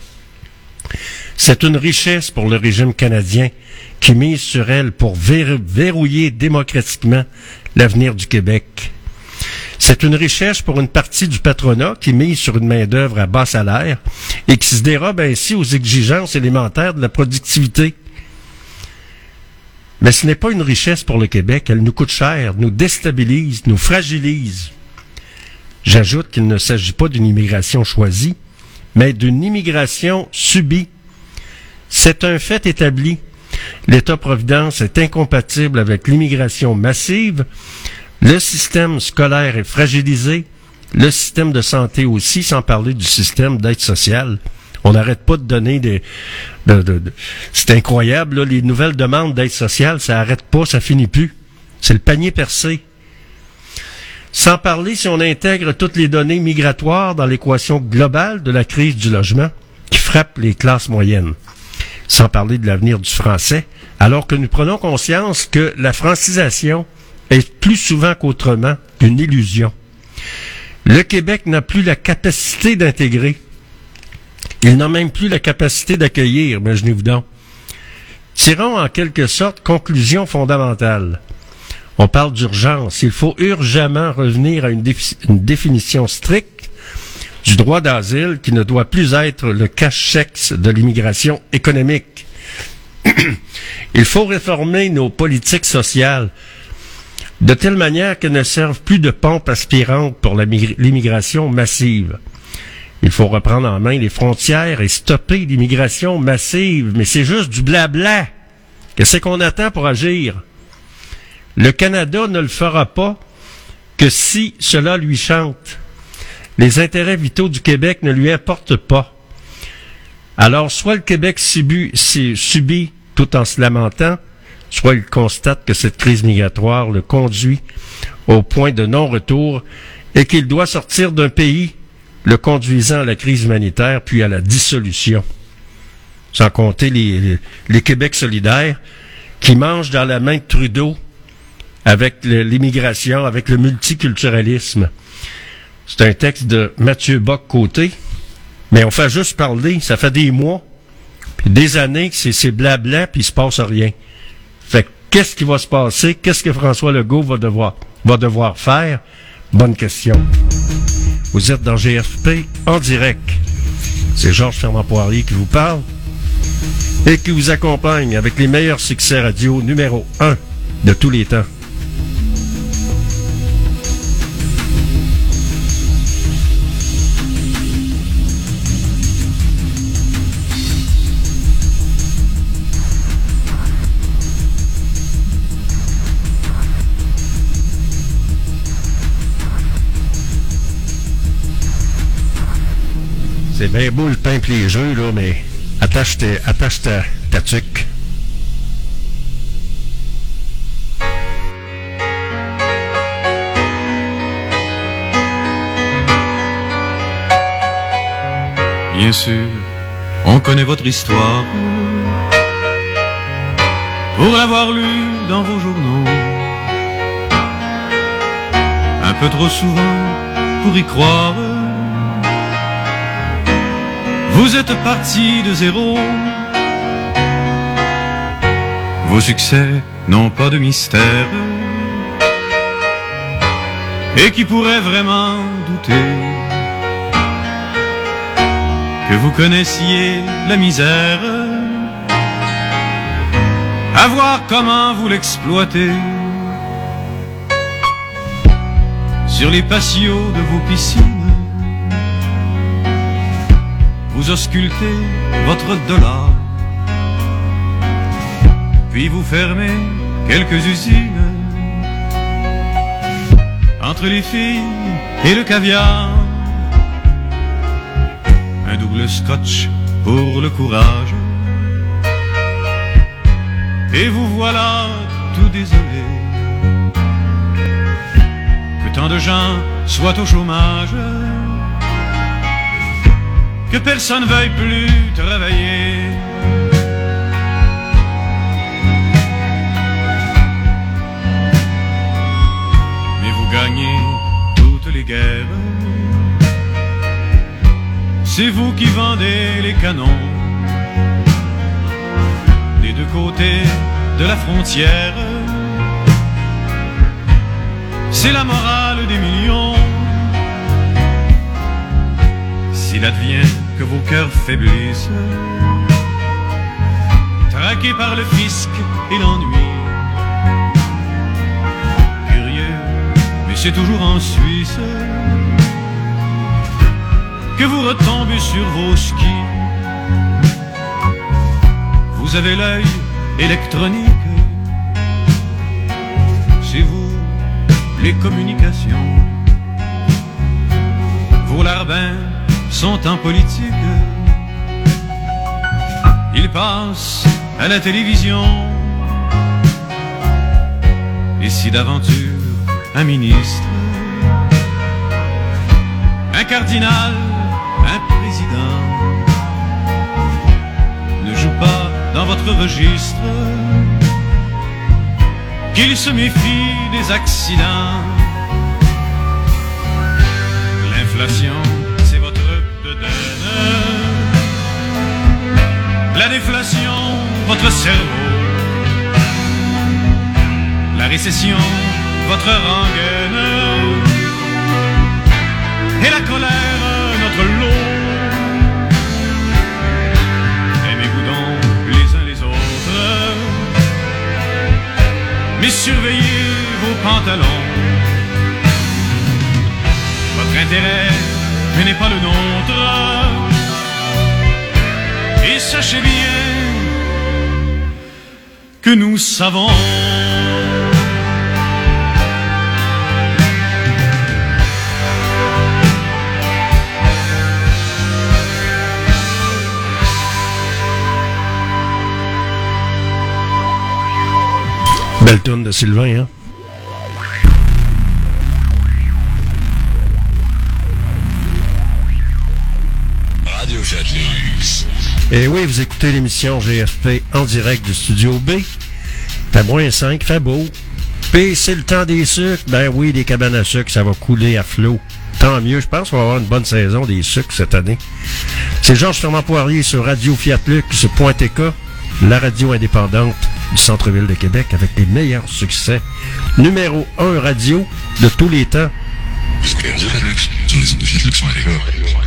C'est une richesse pour le régime canadien qui mise sur elle pour verrou- verrouiller démocratiquement l'avenir du Québec. C'est une richesse pour une partie du patronat qui mise sur une main-d'œuvre à bas salaire et qui se dérobe ainsi aux exigences élémentaires de la productivité. Mais ce n'est pas une richesse pour le Québec, elle nous coûte cher, nous déstabilise, nous fragilise. J'ajoute qu'il ne s'agit pas d'une immigration choisie, mais d'une immigration subie. C'est un fait établi. L'État-providence est incompatible avec l'immigration massive. Le système scolaire est fragilisé. Le système de santé aussi, sans parler du système d'aide sociale. On n'arrête pas de donner des... De, de, de, c'est incroyable, là, les nouvelles demandes d'aide sociale, ça n'arrête pas, ça finit plus. C'est le panier percé. Sans parler si on intègre toutes les données migratoires dans l'équation globale de la crise du logement qui frappe les classes moyennes. Sans parler de l'avenir du français, alors que nous prenons conscience que la francisation est plus souvent qu'autrement une illusion. Le Québec n'a plus la capacité d'intégrer. Il n'a même plus la capacité d'accueillir, imaginez-vous donc. Tirons en quelque sorte conclusion fondamentale. On parle d'urgence. Il faut urgemment revenir à une, défi- une définition stricte du droit d'asile qui ne doit plus être le cache-sexe de l'immigration économique. Il faut réformer nos politiques sociales de telle manière qu'elles ne servent plus de pompe aspirante pour la mig- l'immigration massive. Il faut reprendre en main les frontières et stopper l'immigration massive. Mais c'est juste du blabla. Qu'est-ce qu'on attend pour agir? Le Canada ne le fera pas que si cela lui chante. Les intérêts vitaux du Québec ne lui importent pas. Alors, soit le Québec subit, subit tout en se lamentant, soit il constate que cette crise migratoire le conduit au point de non-retour et qu'il doit sortir d'un pays le conduisant à la crise humanitaire puis à la dissolution. Sans compter les, les, les Québec solidaires qui mangent dans la main de Trudeau avec le, l'immigration, avec le multiculturalisme. C'est un texte de Mathieu Bock-Côté, mais on fait juste parler, ça fait des mois, puis des années que c'est, c'est blabla, puis il se passe rien. Fait que qu'est-ce qui va se passer? Qu'est-ce que François Legault va devoir, va devoir faire? Bonne question. Vous êtes dans G F P en direct. C'est Georges Fernand Poirier qui vous parle et qui vous accompagne avec les meilleurs succès radio numéro un de tous les temps. C'est bien beau le pain pis les jeux, là, mais attache, tes, attache ta, ta tuque. Bien sûr, on connaît votre histoire pour l'avoir lu dans vos journaux. Un peu trop souvent pour y croire. Vous êtes parti de zéro. Vos succès n'ont pas de mystère. Et qui pourrait vraiment douter que vous connaissiez la misère? À voir comment vous l'exploitez. Sur les patios de vos piscines, vous auscultez votre dollar, puis vous fermez quelques usines. Entre les filles et le caviar, un double scotch pour le courage. Et vous voilà tout désolé que tant de gens soient au chômage, que personne veuille plus travailler. Mais vous gagnez toutes les guerres. C'est vous qui vendez les canons des deux côtés de la frontière. C'est la morale des millions. S'il advient que vos cœurs faiblissent, traqués par le fisc et l'ennui, curieux, mais c'est toujours en Suisse que vous retombez sur vos skis. Vous avez l'œil électronique, c'est vous les communications. Vos larbins sont en politique, ils passent à la télévision. Et si d'aventure un ministre, un cardinal, un président ne joue pas dans votre registre, qu'il se méfie des accidents. L'inflation, c'est votre bedaine. La déflation, votre cerveau. La récession, votre rengaine. Et la colère, notre lot. Aimez-vous donc les uns les autres, mais surveillez vos pantalons. Votre intérêt n'est pas le nôtre. Et sachez bien que nous savons. Belle tourne de Sylvain, hein? Radio Chatlux. Et oui, vous écoutez l'émission G F P en direct du Studio B. Fait moins cinq, fait beau. Puis c'est le temps des sucres. Ben oui, les cabanes à sucre, ça va couler à flot. Tant mieux, je pense qu'on va avoir une bonne saison des sucres cette année. C'est Georges Fernand Poirier sur Radio Fiat Lux point T K, la radio indépendante du centre-ville de Québec avec les meilleurs succès. Numéro un radio de tous les temps. Vous écoutez Radio Fiat Lux sur les ondes de Fiat Lux point T K.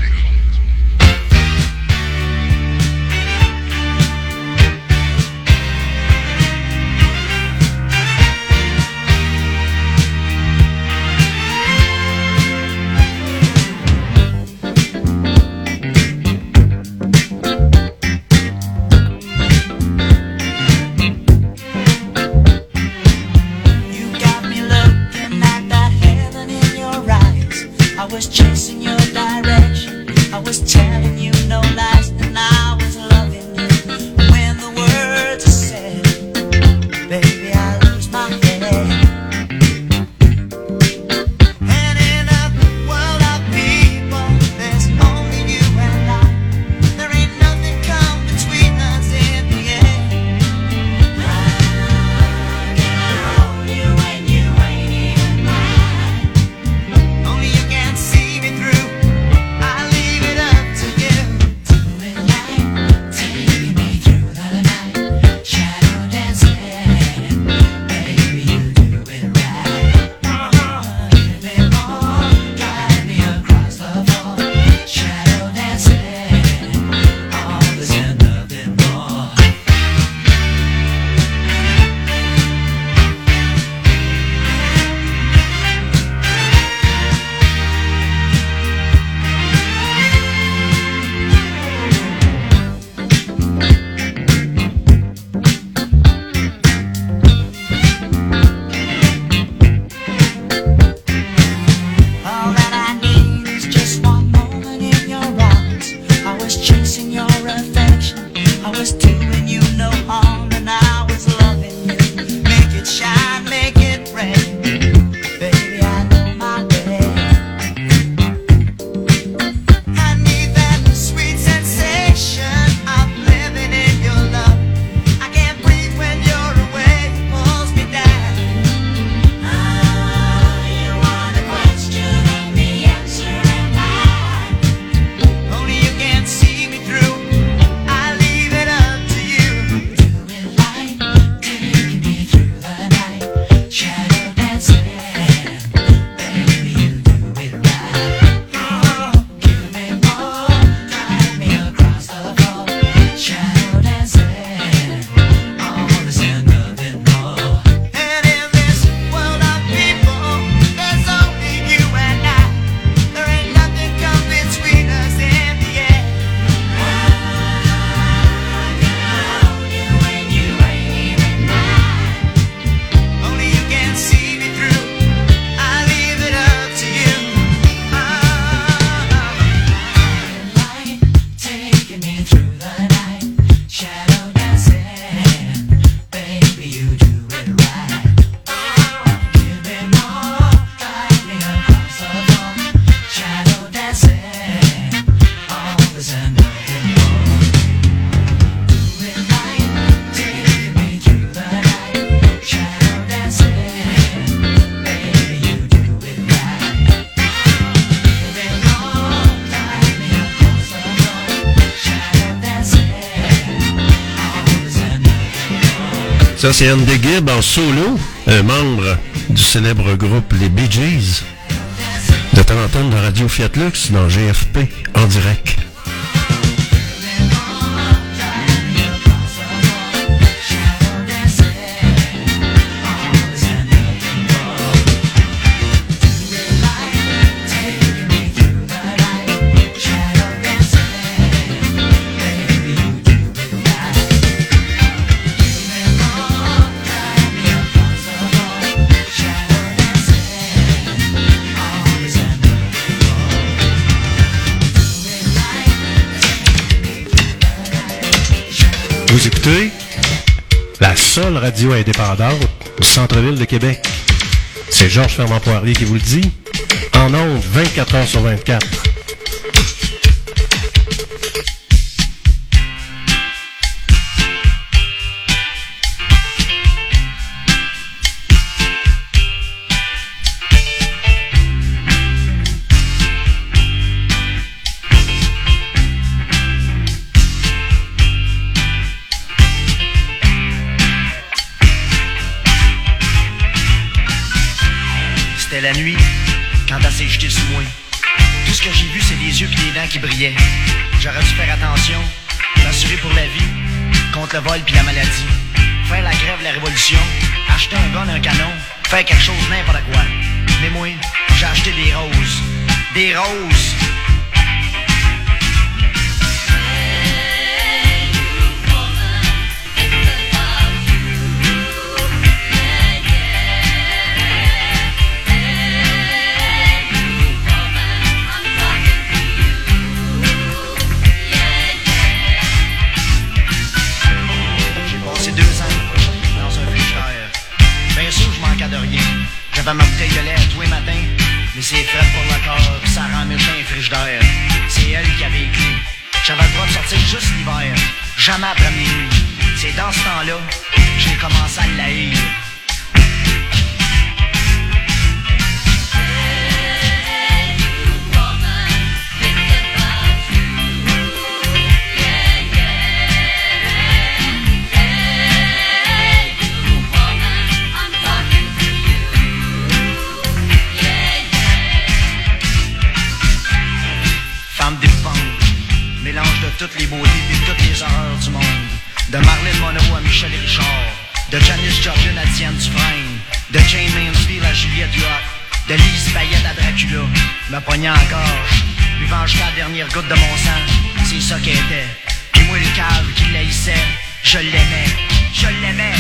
Ça, c'est Andy Gibb en solo, un membre du célèbre groupe Les Bee Gees. De temps en temps de Radio Fiat Lux dans G F P en direct. Vous écoutez la seule radio indépendante du centre-ville de Québec. C'est Georges Fernand Poirier qui vous le dit. En ondes, vingt-quatre heures sur vingt-quatre. C'était la nuit, quand elle s'est jetée sur moi. Tout ce que j'ai vu, c'est des yeux et des dents qui brillaient. J'aurais dû faire attention, m'assurer pour la vie, contre le vol puis la maladie. Faire la grève, la révolution, acheter un gun, un canon, faire quelque chose, n'importe quoi. Mais moi, j'ai acheté des roses. Des roses! De rien. J'avais ma bouteille de lait tous les matins, mais c'est frais pour le corps, pis ça rend méchant un frigidaire. C'est elle qui avait écrit. J'avais le droit de sortir juste l'hiver, jamais après minuit. C'est dans ce temps-là que j'ai commencé à l'haïr. Toutes les beautés et toutes les horreurs du monde. De Marilyn Monroe à Michel Richard, de Janis Joplin à Diane Dufresne, de Jane Mansfield à Juliette Huot, de Lise Payette à Dracula, me pognant en gorge, buvant jusqu'à la dernière goutte de mon sang, c'est ça qu'elle était. Puis moi le cave qui l'haïssait, je l'aimais, je l'aimais.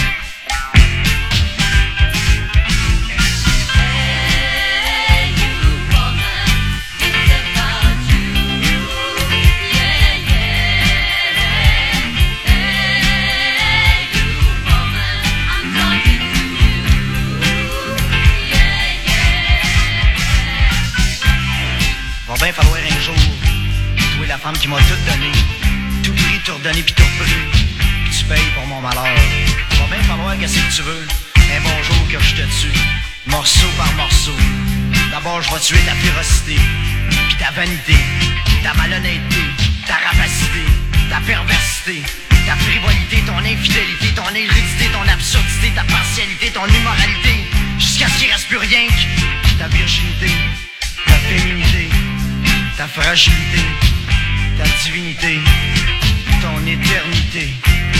Va bien falloir un jour, toi la femme qui m'a tout donné, tout pris, tout redonné pis tout repris, pis tu payes pour mon malheur. Va bien falloir qu'est-ce que tu veux, un bon jour que je te tue, morceau par morceau. D'abord je vais tuer ta férocité, pis ta vanité, ta malhonnêteté, ta rapacité, ta perversité, ta frivolité, ton infidélité, ton hérédité, ton absurdité, ta partialité, ton immoralité, jusqu'à ce qu'il reste plus rien que ta virginité, ta féminité, ta fragilité, ta divinité, ton éternité.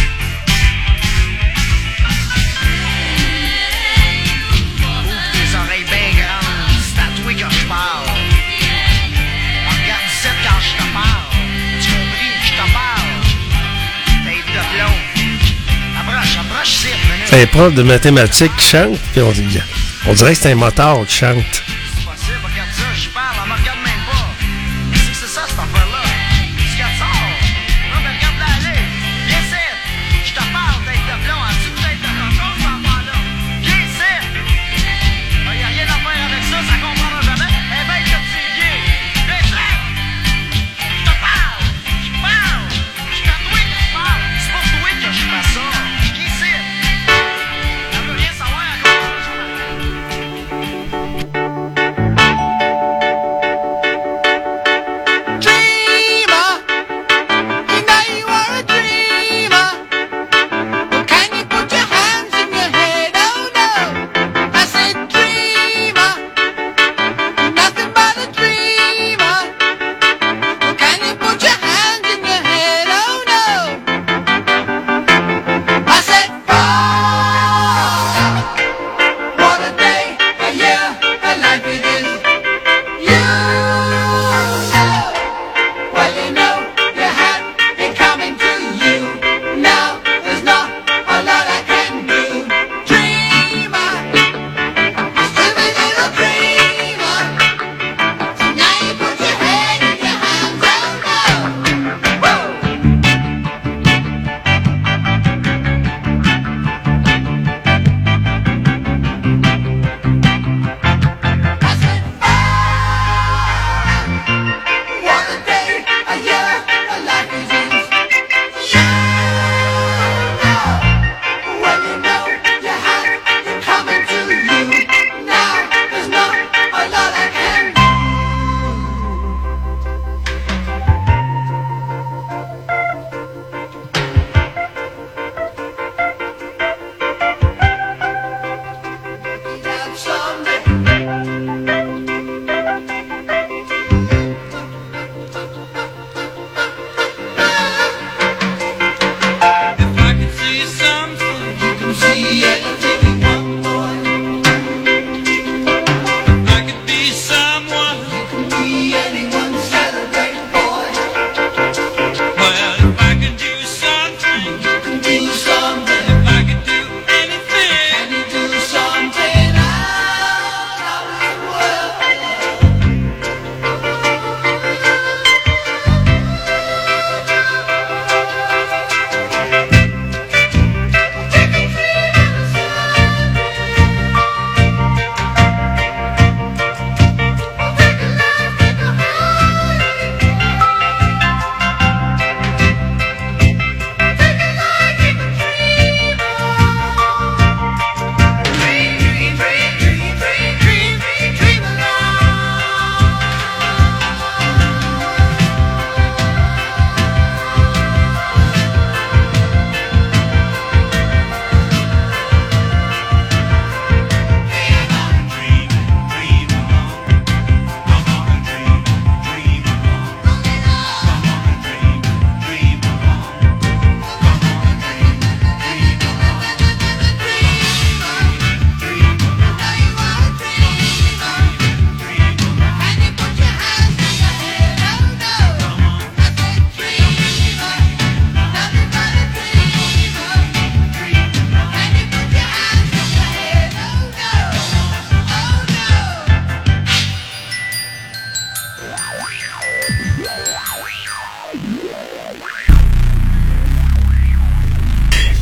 Ouvre tes oreilles bien grandes, c'est à toi que je parle. Regarde ici quand je te parle, tu compris que je te parle. Tête de plomb, approche, approche ici. C'est un prof de mathématiques qui chante, puis on, dit, on dirait que c'est un motard qui chante. C'est possible, regarde ça, je parle, on me regarde même pas. C'est ça, cette affaire-là. Ce qu'elle sort. Non, mais regarde-la aller. Viens ici. Je te parle, tête de plomb. As-tu une tête de cochon, cette affaire-là? Viens ici. Il n'y a rien à faire avec ça, ça comprendra jamais. Eh ben, il te tire pied. Viens ici. Je te parle. Je parle. Je t'en dois que je parle. C'est pas toi que je fais ça. Viens ici. Elle veut rien savoir encore.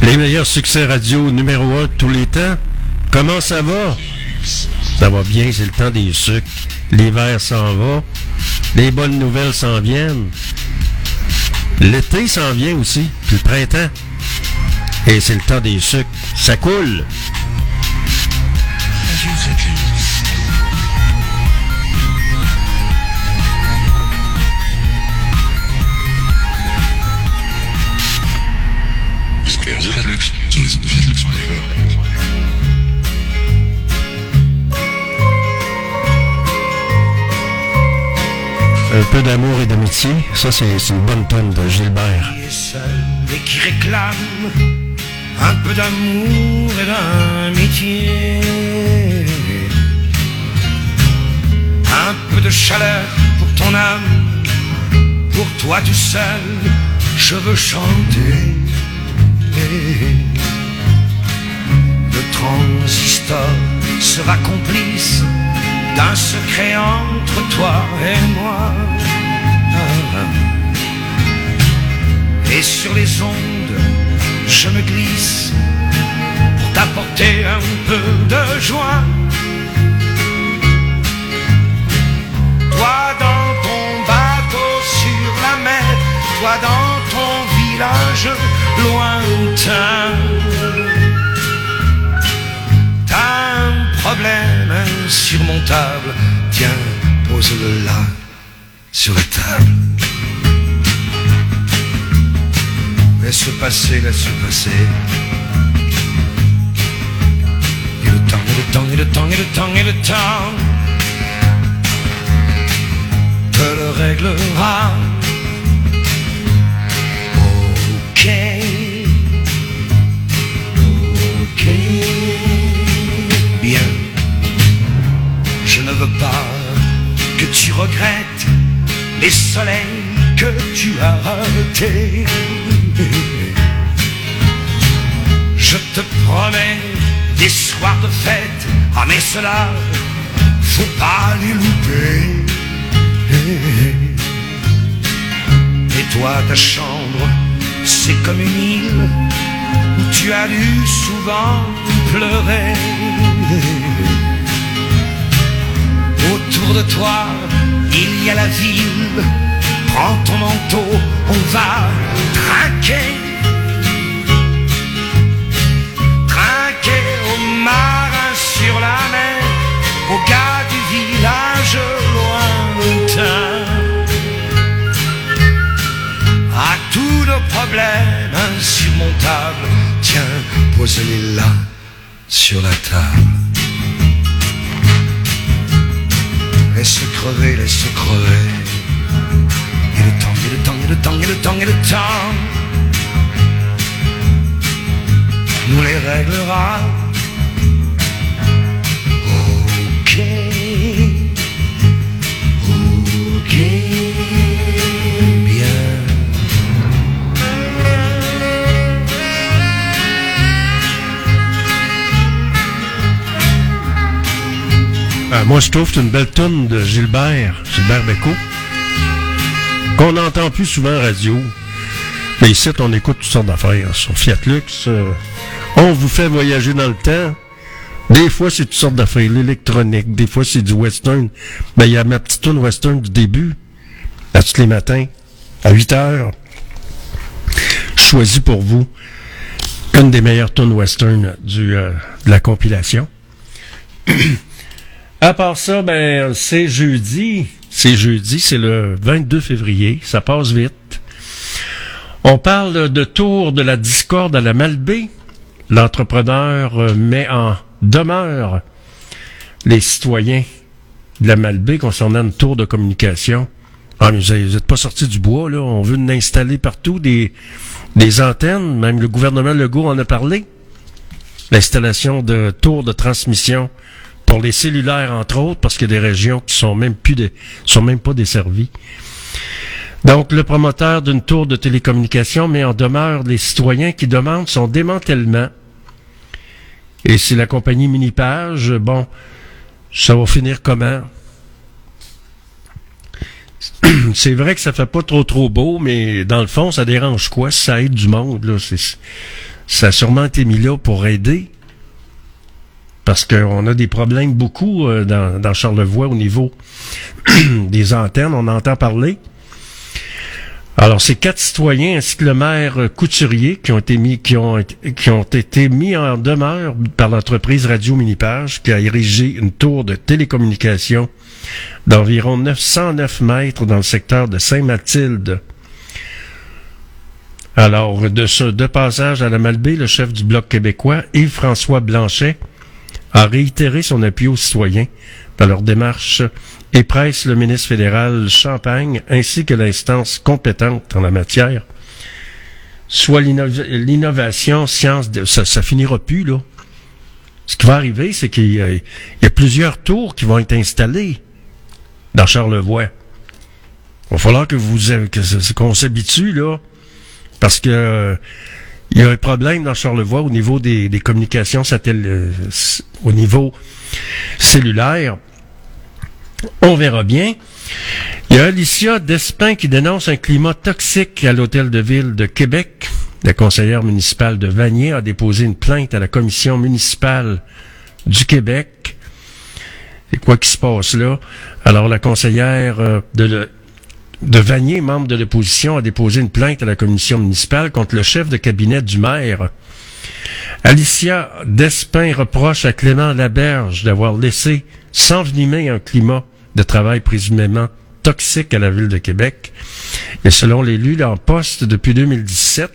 Les meilleurs succès radio numéro un de tous les temps. Comment ça va? Ça va bien, c'est le temps des sucres. L'hiver s'en va. Les bonnes nouvelles s'en viennent. L'été s'en vient aussi, puis le printemps. Et c'est le temps des sucres. Ça coule. Un peu d'amour et d'amitié, ça c'est, c'est une bonne tonne de Gilbert. Qui est seul et qui réclame un peu d'amour et d'amitié, un peu de chaleur pour ton âme, pour toi tout seul, je veux chanter. Le transistor sera complice d'un secret entre toi et moi. Et sur les ondes, je me glisse pour t'apporter un peu de joie. Toi dans ton bateau sur la mer, toi dans ton village lointain, t'as un problème insurmontable, tiens, pose-le là, sur la table. Laisse passer, laisse passer. Et le temps, et le temps, et le temps, et le temps, et le temps te le réglera. Ok, ok, bien. Je ne veux pas que tu regrettes les soleils que tu as ratés. Je te promets des soirs de fête, ah mais cela, faut pas les louper. Et toi ta chambre, c'est comme une île où tu as dû souvent pleurer. Autour de toi, il y a la ville. Prends ton manteau, on va trinquer. Trinquer aux marins sur la mer, aux gars du village lointain, à tous nos problèmes insurmontables. Tiens, pose-les là, sur la table. Laisse crever, laisse crever. Et le temps, et le temps, et le temps, et le temps, et le temps nous les réglera. Ok, ok, bien. Ah, moi, je trouve que c'est une belle tonne de Gilbert, Gilbert Bécaud, qu'on n'entend plus souvent en radio. Mais ici, on écoute toutes sortes d'affaires. Sur Fiat Lux, euh, on vous fait voyager dans le temps. Des fois, c'est toutes sortes d'affaires. L'électronique, des fois, c'est du western. Ben, il y a ma petite toune western du début, à tous les matins, à huit heures. Choisis pour vous une des meilleures tounes western du, euh, de la compilation. À part ça, ben, c'est jeudi. C'est jeudi, c'est le vingt-deux février. Ça passe vite. On parle de tour de la discorde à la Malbaie. L'entrepreneur met en demeure les citoyens de la Malbaie concernant une tour de communication. Ah, mais vous n'êtes pas sortis du bois, là. On veut installer partout des, des antennes. Même le gouvernement Legault en a parlé. L'installation de tours de transmission pour les cellulaires, entre autres, parce qu'il y a des régions qui sont même plus de, sont même pas desservies. Donc, le promoteur d'une tour de télécommunication met en demeure les citoyens qui demandent son démantèlement. Et c'est la compagnie Minipage. Bon, ça va finir comment? C'est vrai que ça fait pas trop trop beau, mais dans le fond, ça dérange quoi? Ça aide du monde, là. C'est, ça a sûrement été mis là pour aider. Parce qu'on a des problèmes beaucoup euh, dans, dans Charlevoix au niveau des antennes, on entend parler. Alors, c'est quatre citoyens ainsi que le maire Couturier qui ont été mis, qui ont, qui ont été mis en demeure par l'entreprise Radio Minipage qui a érigé une tour de télécommunication d'environ neuf cent neuf mètres dans le secteur de Saint-Mathilde. Alors, de ce de passage à la Malbaie, le chef du Bloc québécois, Yves-François Blanchet, a réitéré son appui aux citoyens dans leur démarche et presse le ministre fédéral Champagne ainsi que l'instance compétente en la matière. Soit l'inno- l'innovation, science, de, ça, ça finira plus, là. Ce qui va arriver, c'est qu'il y a, il y a plusieurs tours qui vont être installées dans Charlevoix. Il va falloir que vous, que, qu'on s'habitue, là, parce que euh, il y a un problème dans Charlevoix au niveau des, des communications satellites, euh, au niveau cellulaire. On verra bien. Il y a Alicia Despins qui dénonce un climat toxique à l'hôtel de ville de Québec. La conseillère municipale de Vanier a déposé une plainte à la commission municipale du Québec. C'est quoi qui se passe là? Alors, la conseillère euh, de le, de Vanier, membre de l'opposition, a déposé une plainte à la commission municipale contre le chef de cabinet du maire. Alicia Despins reproche à Clément Laberge d'avoir laissé s'envenimer un climat de travail présumément toxique à la ville de Québec. Et selon l'élu en poste depuis deux mille dix-sept,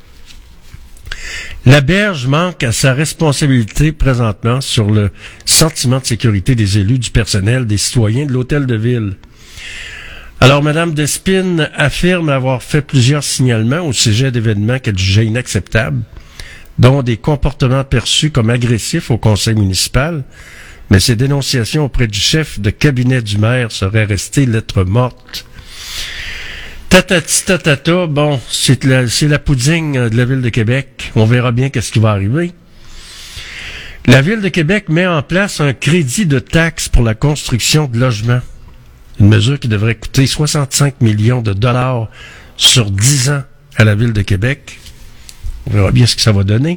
Laberge manque à sa responsabilité présentement sur le sentiment de sécurité des élus, du personnel, des citoyens de l'hôtel de ville. Alors, Mme Despines affirme avoir fait plusieurs signalements au sujet d'événements qu'elle jugeait inacceptables, dont des comportements perçus comme agressifs au conseil municipal, mais ces dénonciations auprès du chef de cabinet du maire seraient restées lettres mortes. Tatati tatata, bon, c'est la, c'est la poudingue de la Ville de Québec. On verra bien qu'est-ce qui va arriver. La Ville de Québec met en place un crédit de taxes pour la construction de logements. Une mesure qui devrait coûter soixante-cinq millions de dollars sur dix ans à la Ville de Québec. On verra bien ce que ça va donner.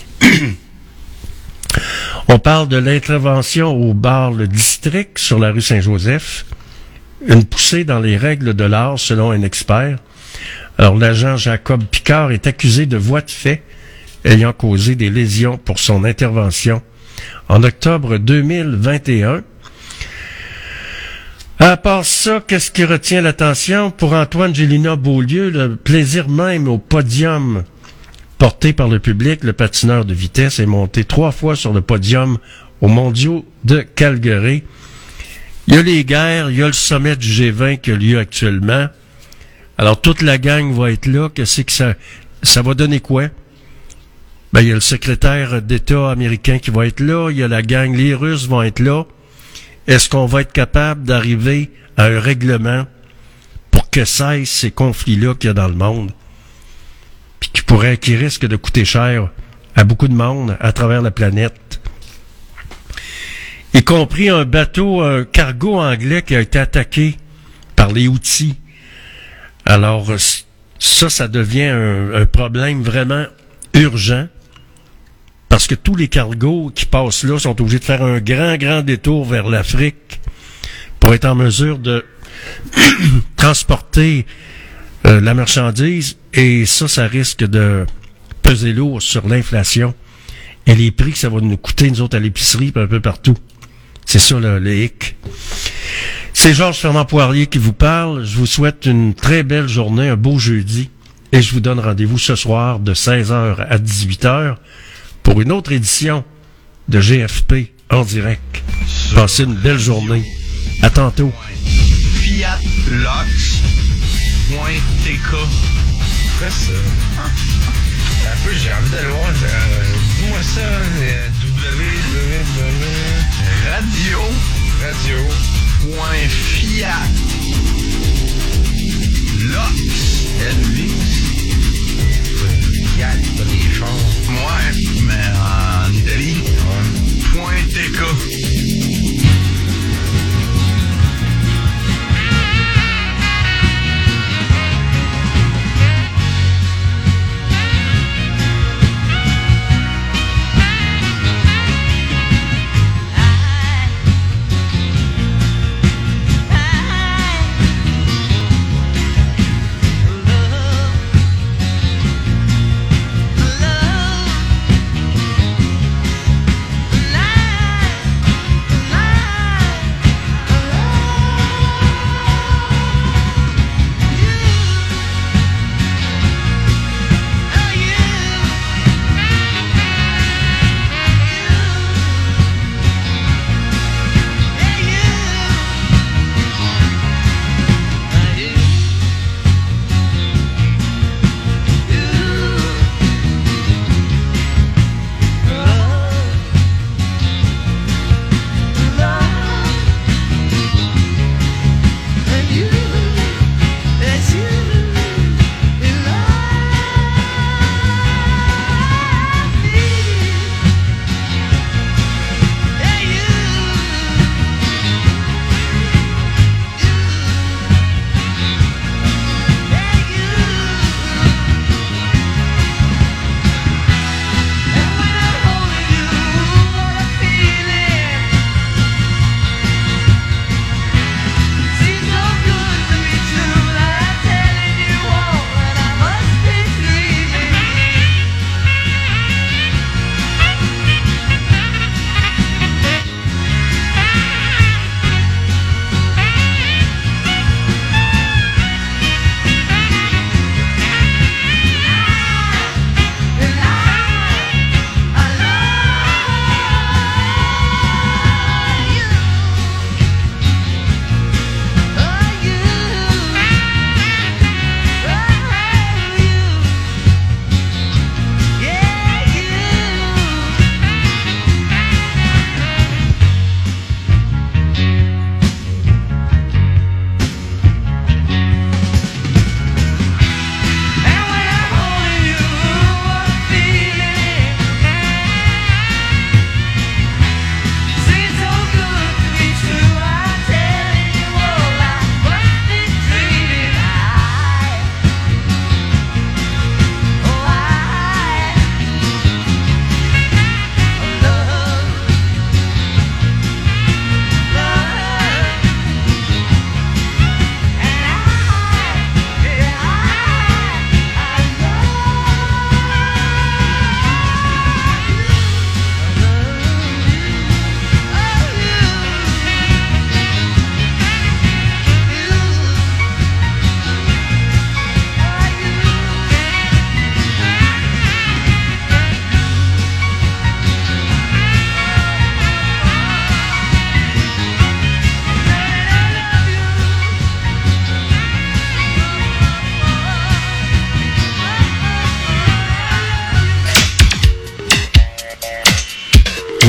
On parle de l'intervention au bar Le District sur la rue Saint-Joseph. Une poussée dans les règles de l'art selon un expert. Alors, l'agent Jacob Picard est accusé de voies de fait ayant causé des lésions pour son intervention en octobre deux mille vingt et un. À part ça, qu'est-ce qui retient l'attention? Pour Antoine Gélina Beaulieu, le plaisir même au podium porté par le public, le patineur de vitesse est monté trois fois sur le podium aux mondiaux de Calgary. Il y a les guerres, il y a le sommet du G vingt qui a lieu actuellement. Alors, toute la gang va être là. Qu'est-ce que ça, ça va donner quoi? Ben, il y a le secrétaire d'État américain qui va être là. Il y a la gang, les Russes vont être là. Est-ce qu'on va être capable d'arriver à un règlement pour que cessent ces conflits-là qu'il y a dans le monde? Puis qui pourraient, qui risquent de coûter cher à beaucoup de monde à travers la planète. Y compris un bateau, un cargo anglais qui a été attaqué par les Houthis. Alors, ça, ça devient un, un problème vraiment urgent. Parce que tous les cargos qui passent là sont obligés de faire un grand, grand détour vers l'Afrique pour être en mesure de transporter euh, la marchandise. Et ça, ça risque de peser lourd sur l'inflation et les prix que ça va nous coûter, nous autres, à l'épicerie, un peu partout. C'est ça, là, le hic. C'est Georges Fernand Poirier qui vous parle. Je vous souhaite une très belle journée, un beau jeudi. Et je vous donne rendez-vous ce soir de seize heures à dix-huit heures pour une autre édition de G F P en direct. Passez une belle journée. À tantôt. Fiat Lux point T K. Quoi ça? Un peu, j'ai envie d'aller voir. Euh, Dis-moi ça. Euh, W W Radio. Radio. Point Fiat. Lux. Elvis. Fiat, pas des chars. Ouais, mais en Italie. Ouais. Point T K.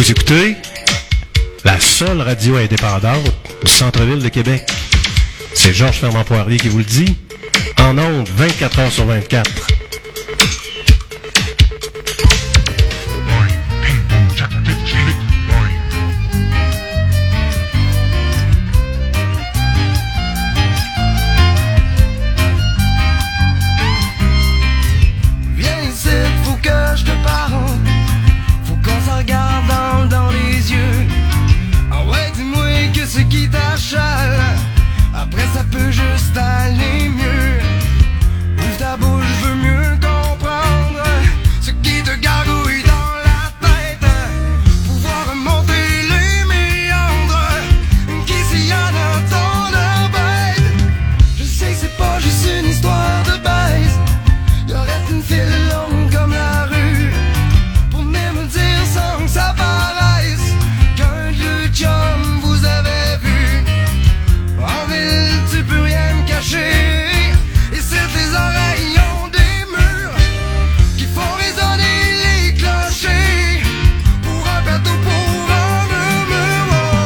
Vous écoutez la seule radio indépendante du centre-ville de Québec. C'est Georges Fernand Poirier qui vous le dit, en ondes vingt-quatre heures sur vingt-quatre. Viens ici, faut que je te parle. Faut qu'on se regarde dans, dans les yeux. Ah ouais, dis-moi que ce qui t'achale. Après ça peut juste aller mieux. Ouvre ta bouche, je veux mieux comprendre ce qui te gargouille dans la tête. Pouvoir remonter les méandres qui sillonnent dans ton orbite. Je sais que c'est pas juste une histoire de baise. Y'aurait une file longue comme la rue pour venir me dire sans que ça paraisse qu'un vieux chum vous avait vu. En ville, tu peux rien me cacher. Et c'est tes oreilles ont des murs qui font résonner les clochers pour un bateau, pour un murmure.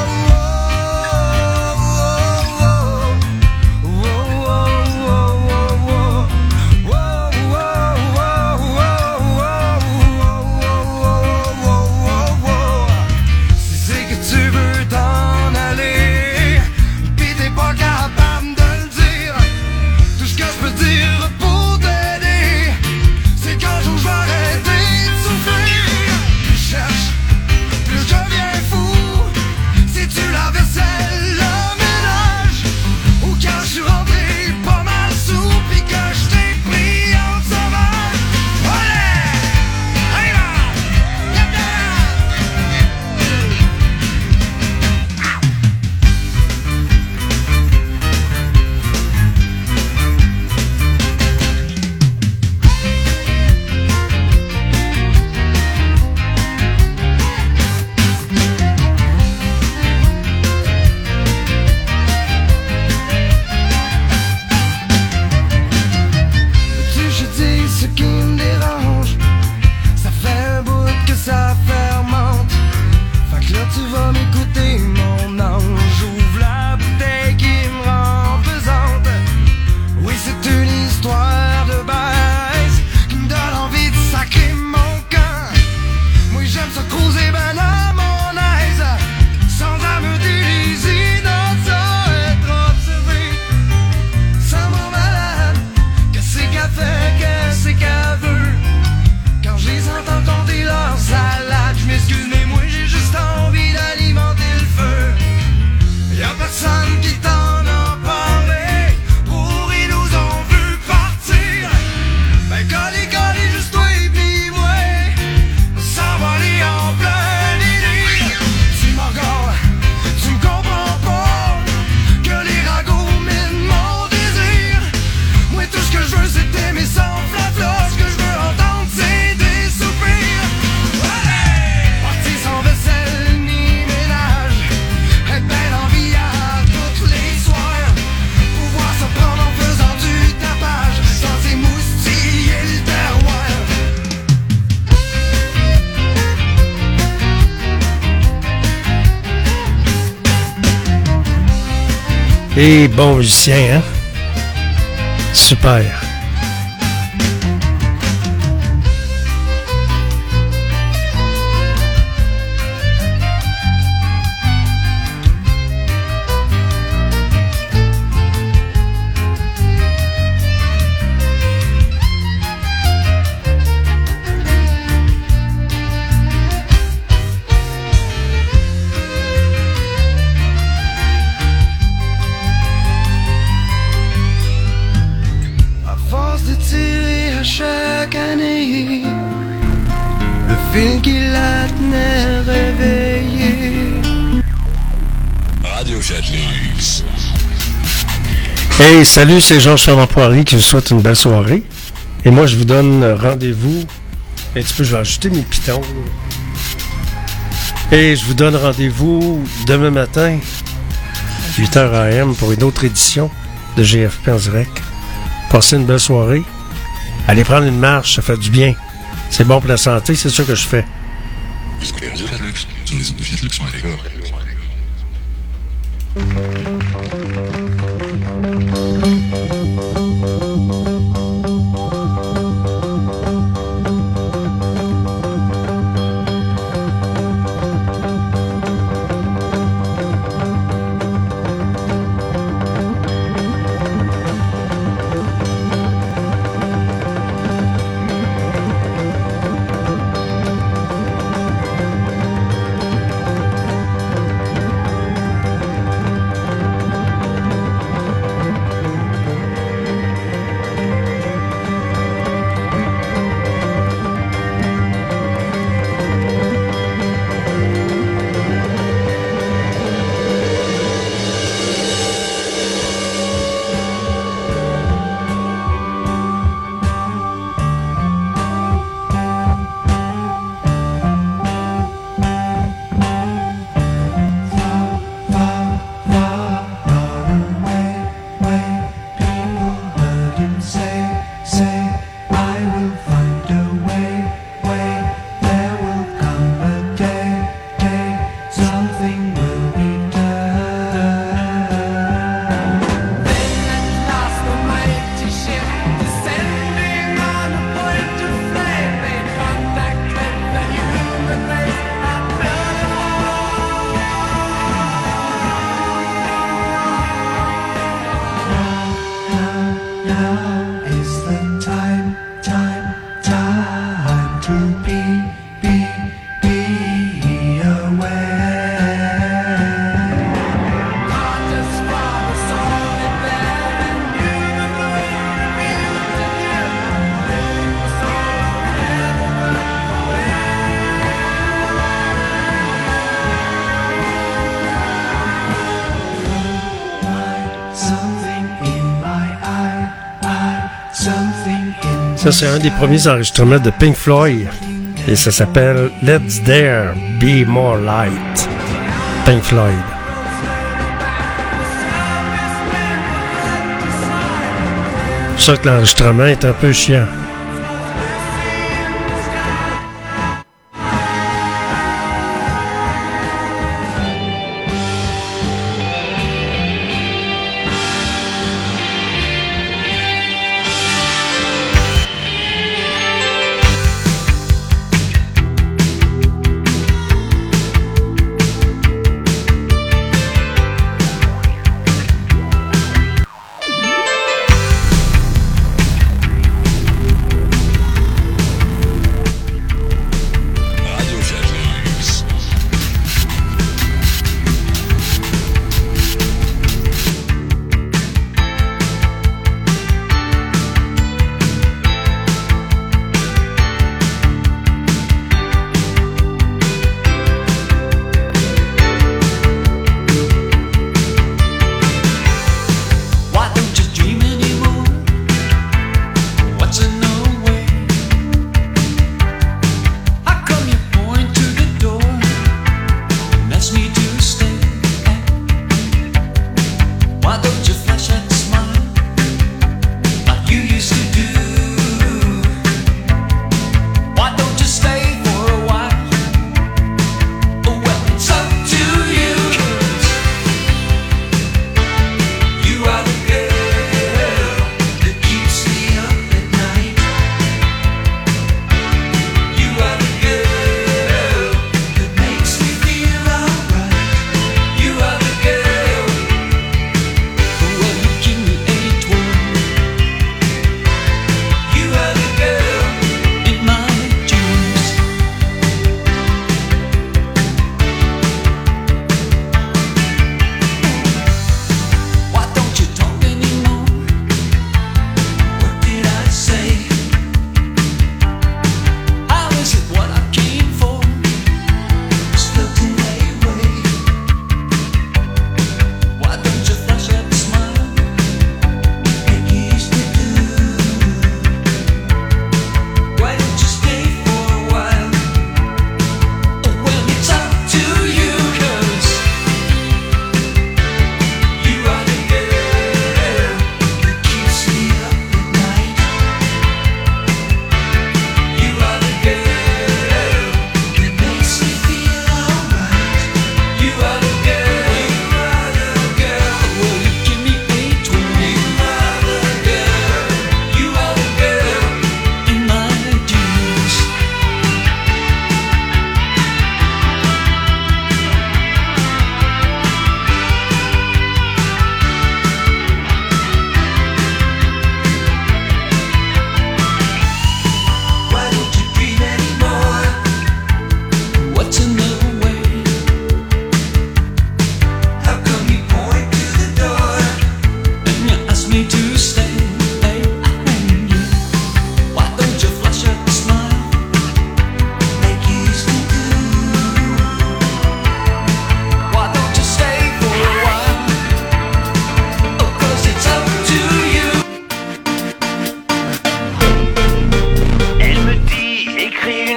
Si c'est que tu veux t'en aller, pis t'es pas capable de le dire, tout ce que je peux dire pour t'aider, c'est qu'un jour je vais arrêter de souffrir. Plus je cherche, plus je deviens fou. Si tu la vaisselle, le ménage, ou quand je suis rentré pas mal sous, pis que je t'ai pris en sauvage. Allez, allez là, y'a bien. Tu je dis ce qui me dérange. Ça fait un bout que ça fermente. Fait que là tu vas m'écouter mon ange. J'ouvre la bouteille qui me rend pesante. Oui c'est une histoire de baisse qui me donne envie de sacrer mon camp. Moi j'aime ça cruiser ben à mon aise, sans ameuter les innocents, être observé. Ça me rend malade. Qu'est-ce qu'elle fait, qu'est-ce qu'elle veut? Quand je les entends compter leur salade, je m'excuse mais moi j'ai juste envie d'alimenter le feu. Y'a personne qui t'en a parlé, pour ils nous ont vu partir. Ben collez, collez juste toi et puis moi, s'envoler en plein délire. Tu me regardes, tu me comprends pas, que les ragots minent mon désir. Moi tout ce que je veux c'est t'aimer sans flafla. Ce que je veux entendre c'est des soupirs. Allez, partir sans vaisselle ni ménage, être ben en vie à tous les soirs, pouvoir se prendre en faisant du tapage, sans émoustiller le terroir. Et bon musicien, hein? Super. À force de tirer à chaque année, le fil qui la tenait réveillée. Radio Chatlis. Hey, salut, c'est Georges Fernand Poirier qui vous souhaite une belle soirée. Et moi, je vous donne rendez-vous. Un petit peu, je vais ajouter mes pitons. Et je vous donne rendez-vous demain matin, huit heures A M, pour une autre édition de G F P en direct. Passez une belle soirée. Allez prendre une marche, ça fait du bien. C'est bon pour la santé, c'est ça que je fais. Radio Chatlis. sur les ondes de Fiat Luxon F M. Ça, c'est un des premiers enregistrements de Pink Floyd. Et ça s'appelle Let's There Be More Light. Pink Floyd. C'est ça que l'enregistrement est un peu chiant.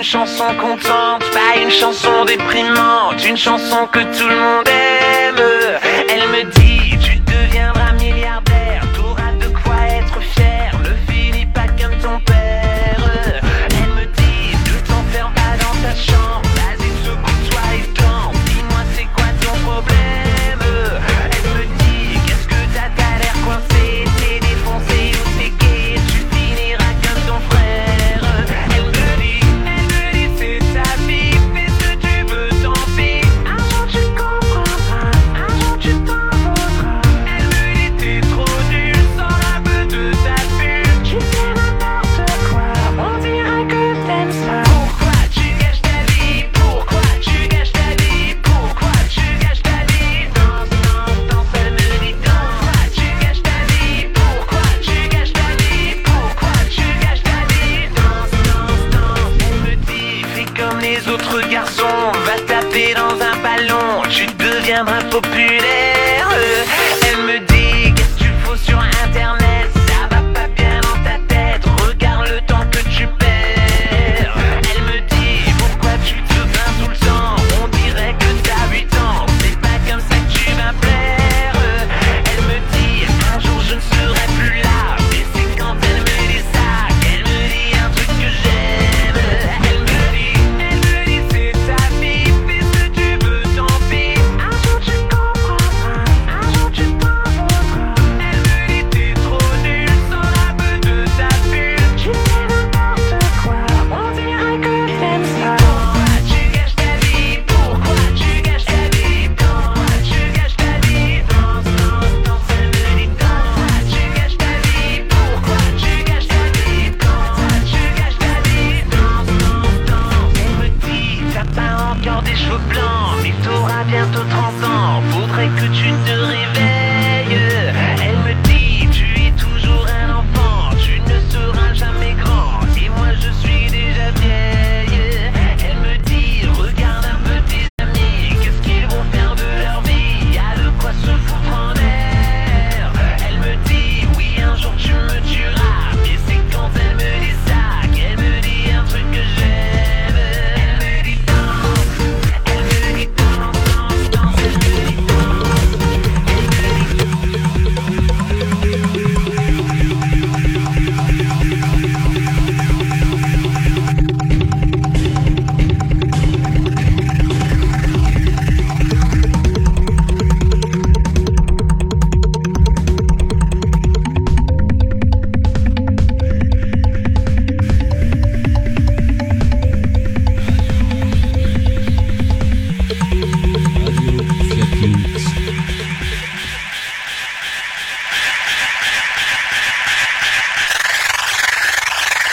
chanson contente, pas une chanson déprimante, une chanson que tout le monde aime. Elle me dit, tu deviendras milliardaire, t'auras de quoi être fier, ne finis pas comme ton père. Elle me dit, ne t'enferme pas dans ta chambre, vas-y secoue-toi et danse, dis-moi c'est quoi ton problème. Elle me dit, qu'est-ce que t'as, t'as l'air coincé, t'es défoncé ou t'es gay, tu finiras comme ton frère. Elle me dit, elle me dit c'est ta vie, fais ce que tu veux, tant pis, un jour tu comprendras, un jour tu t'en voudras. Elle me dit t'es trop nul, sors un peu de ta bulle, tu fais n'importe quoi, on dirait que t'aimes ça. Pourquoi tu gâches ta vie, pourquoi tu gâches ta vie, pourquoi tu gâches ta vie, danse, danse, danse. Elle me dit danse, pourquoi tu gâches ta vie, pourquoi tu gâches ta vie, pourquoi tu gâches ta vie, danse, danse, danse. Elle me dit fais comme les autres garçons, va taper dans un ballon, tu deviendras populaire.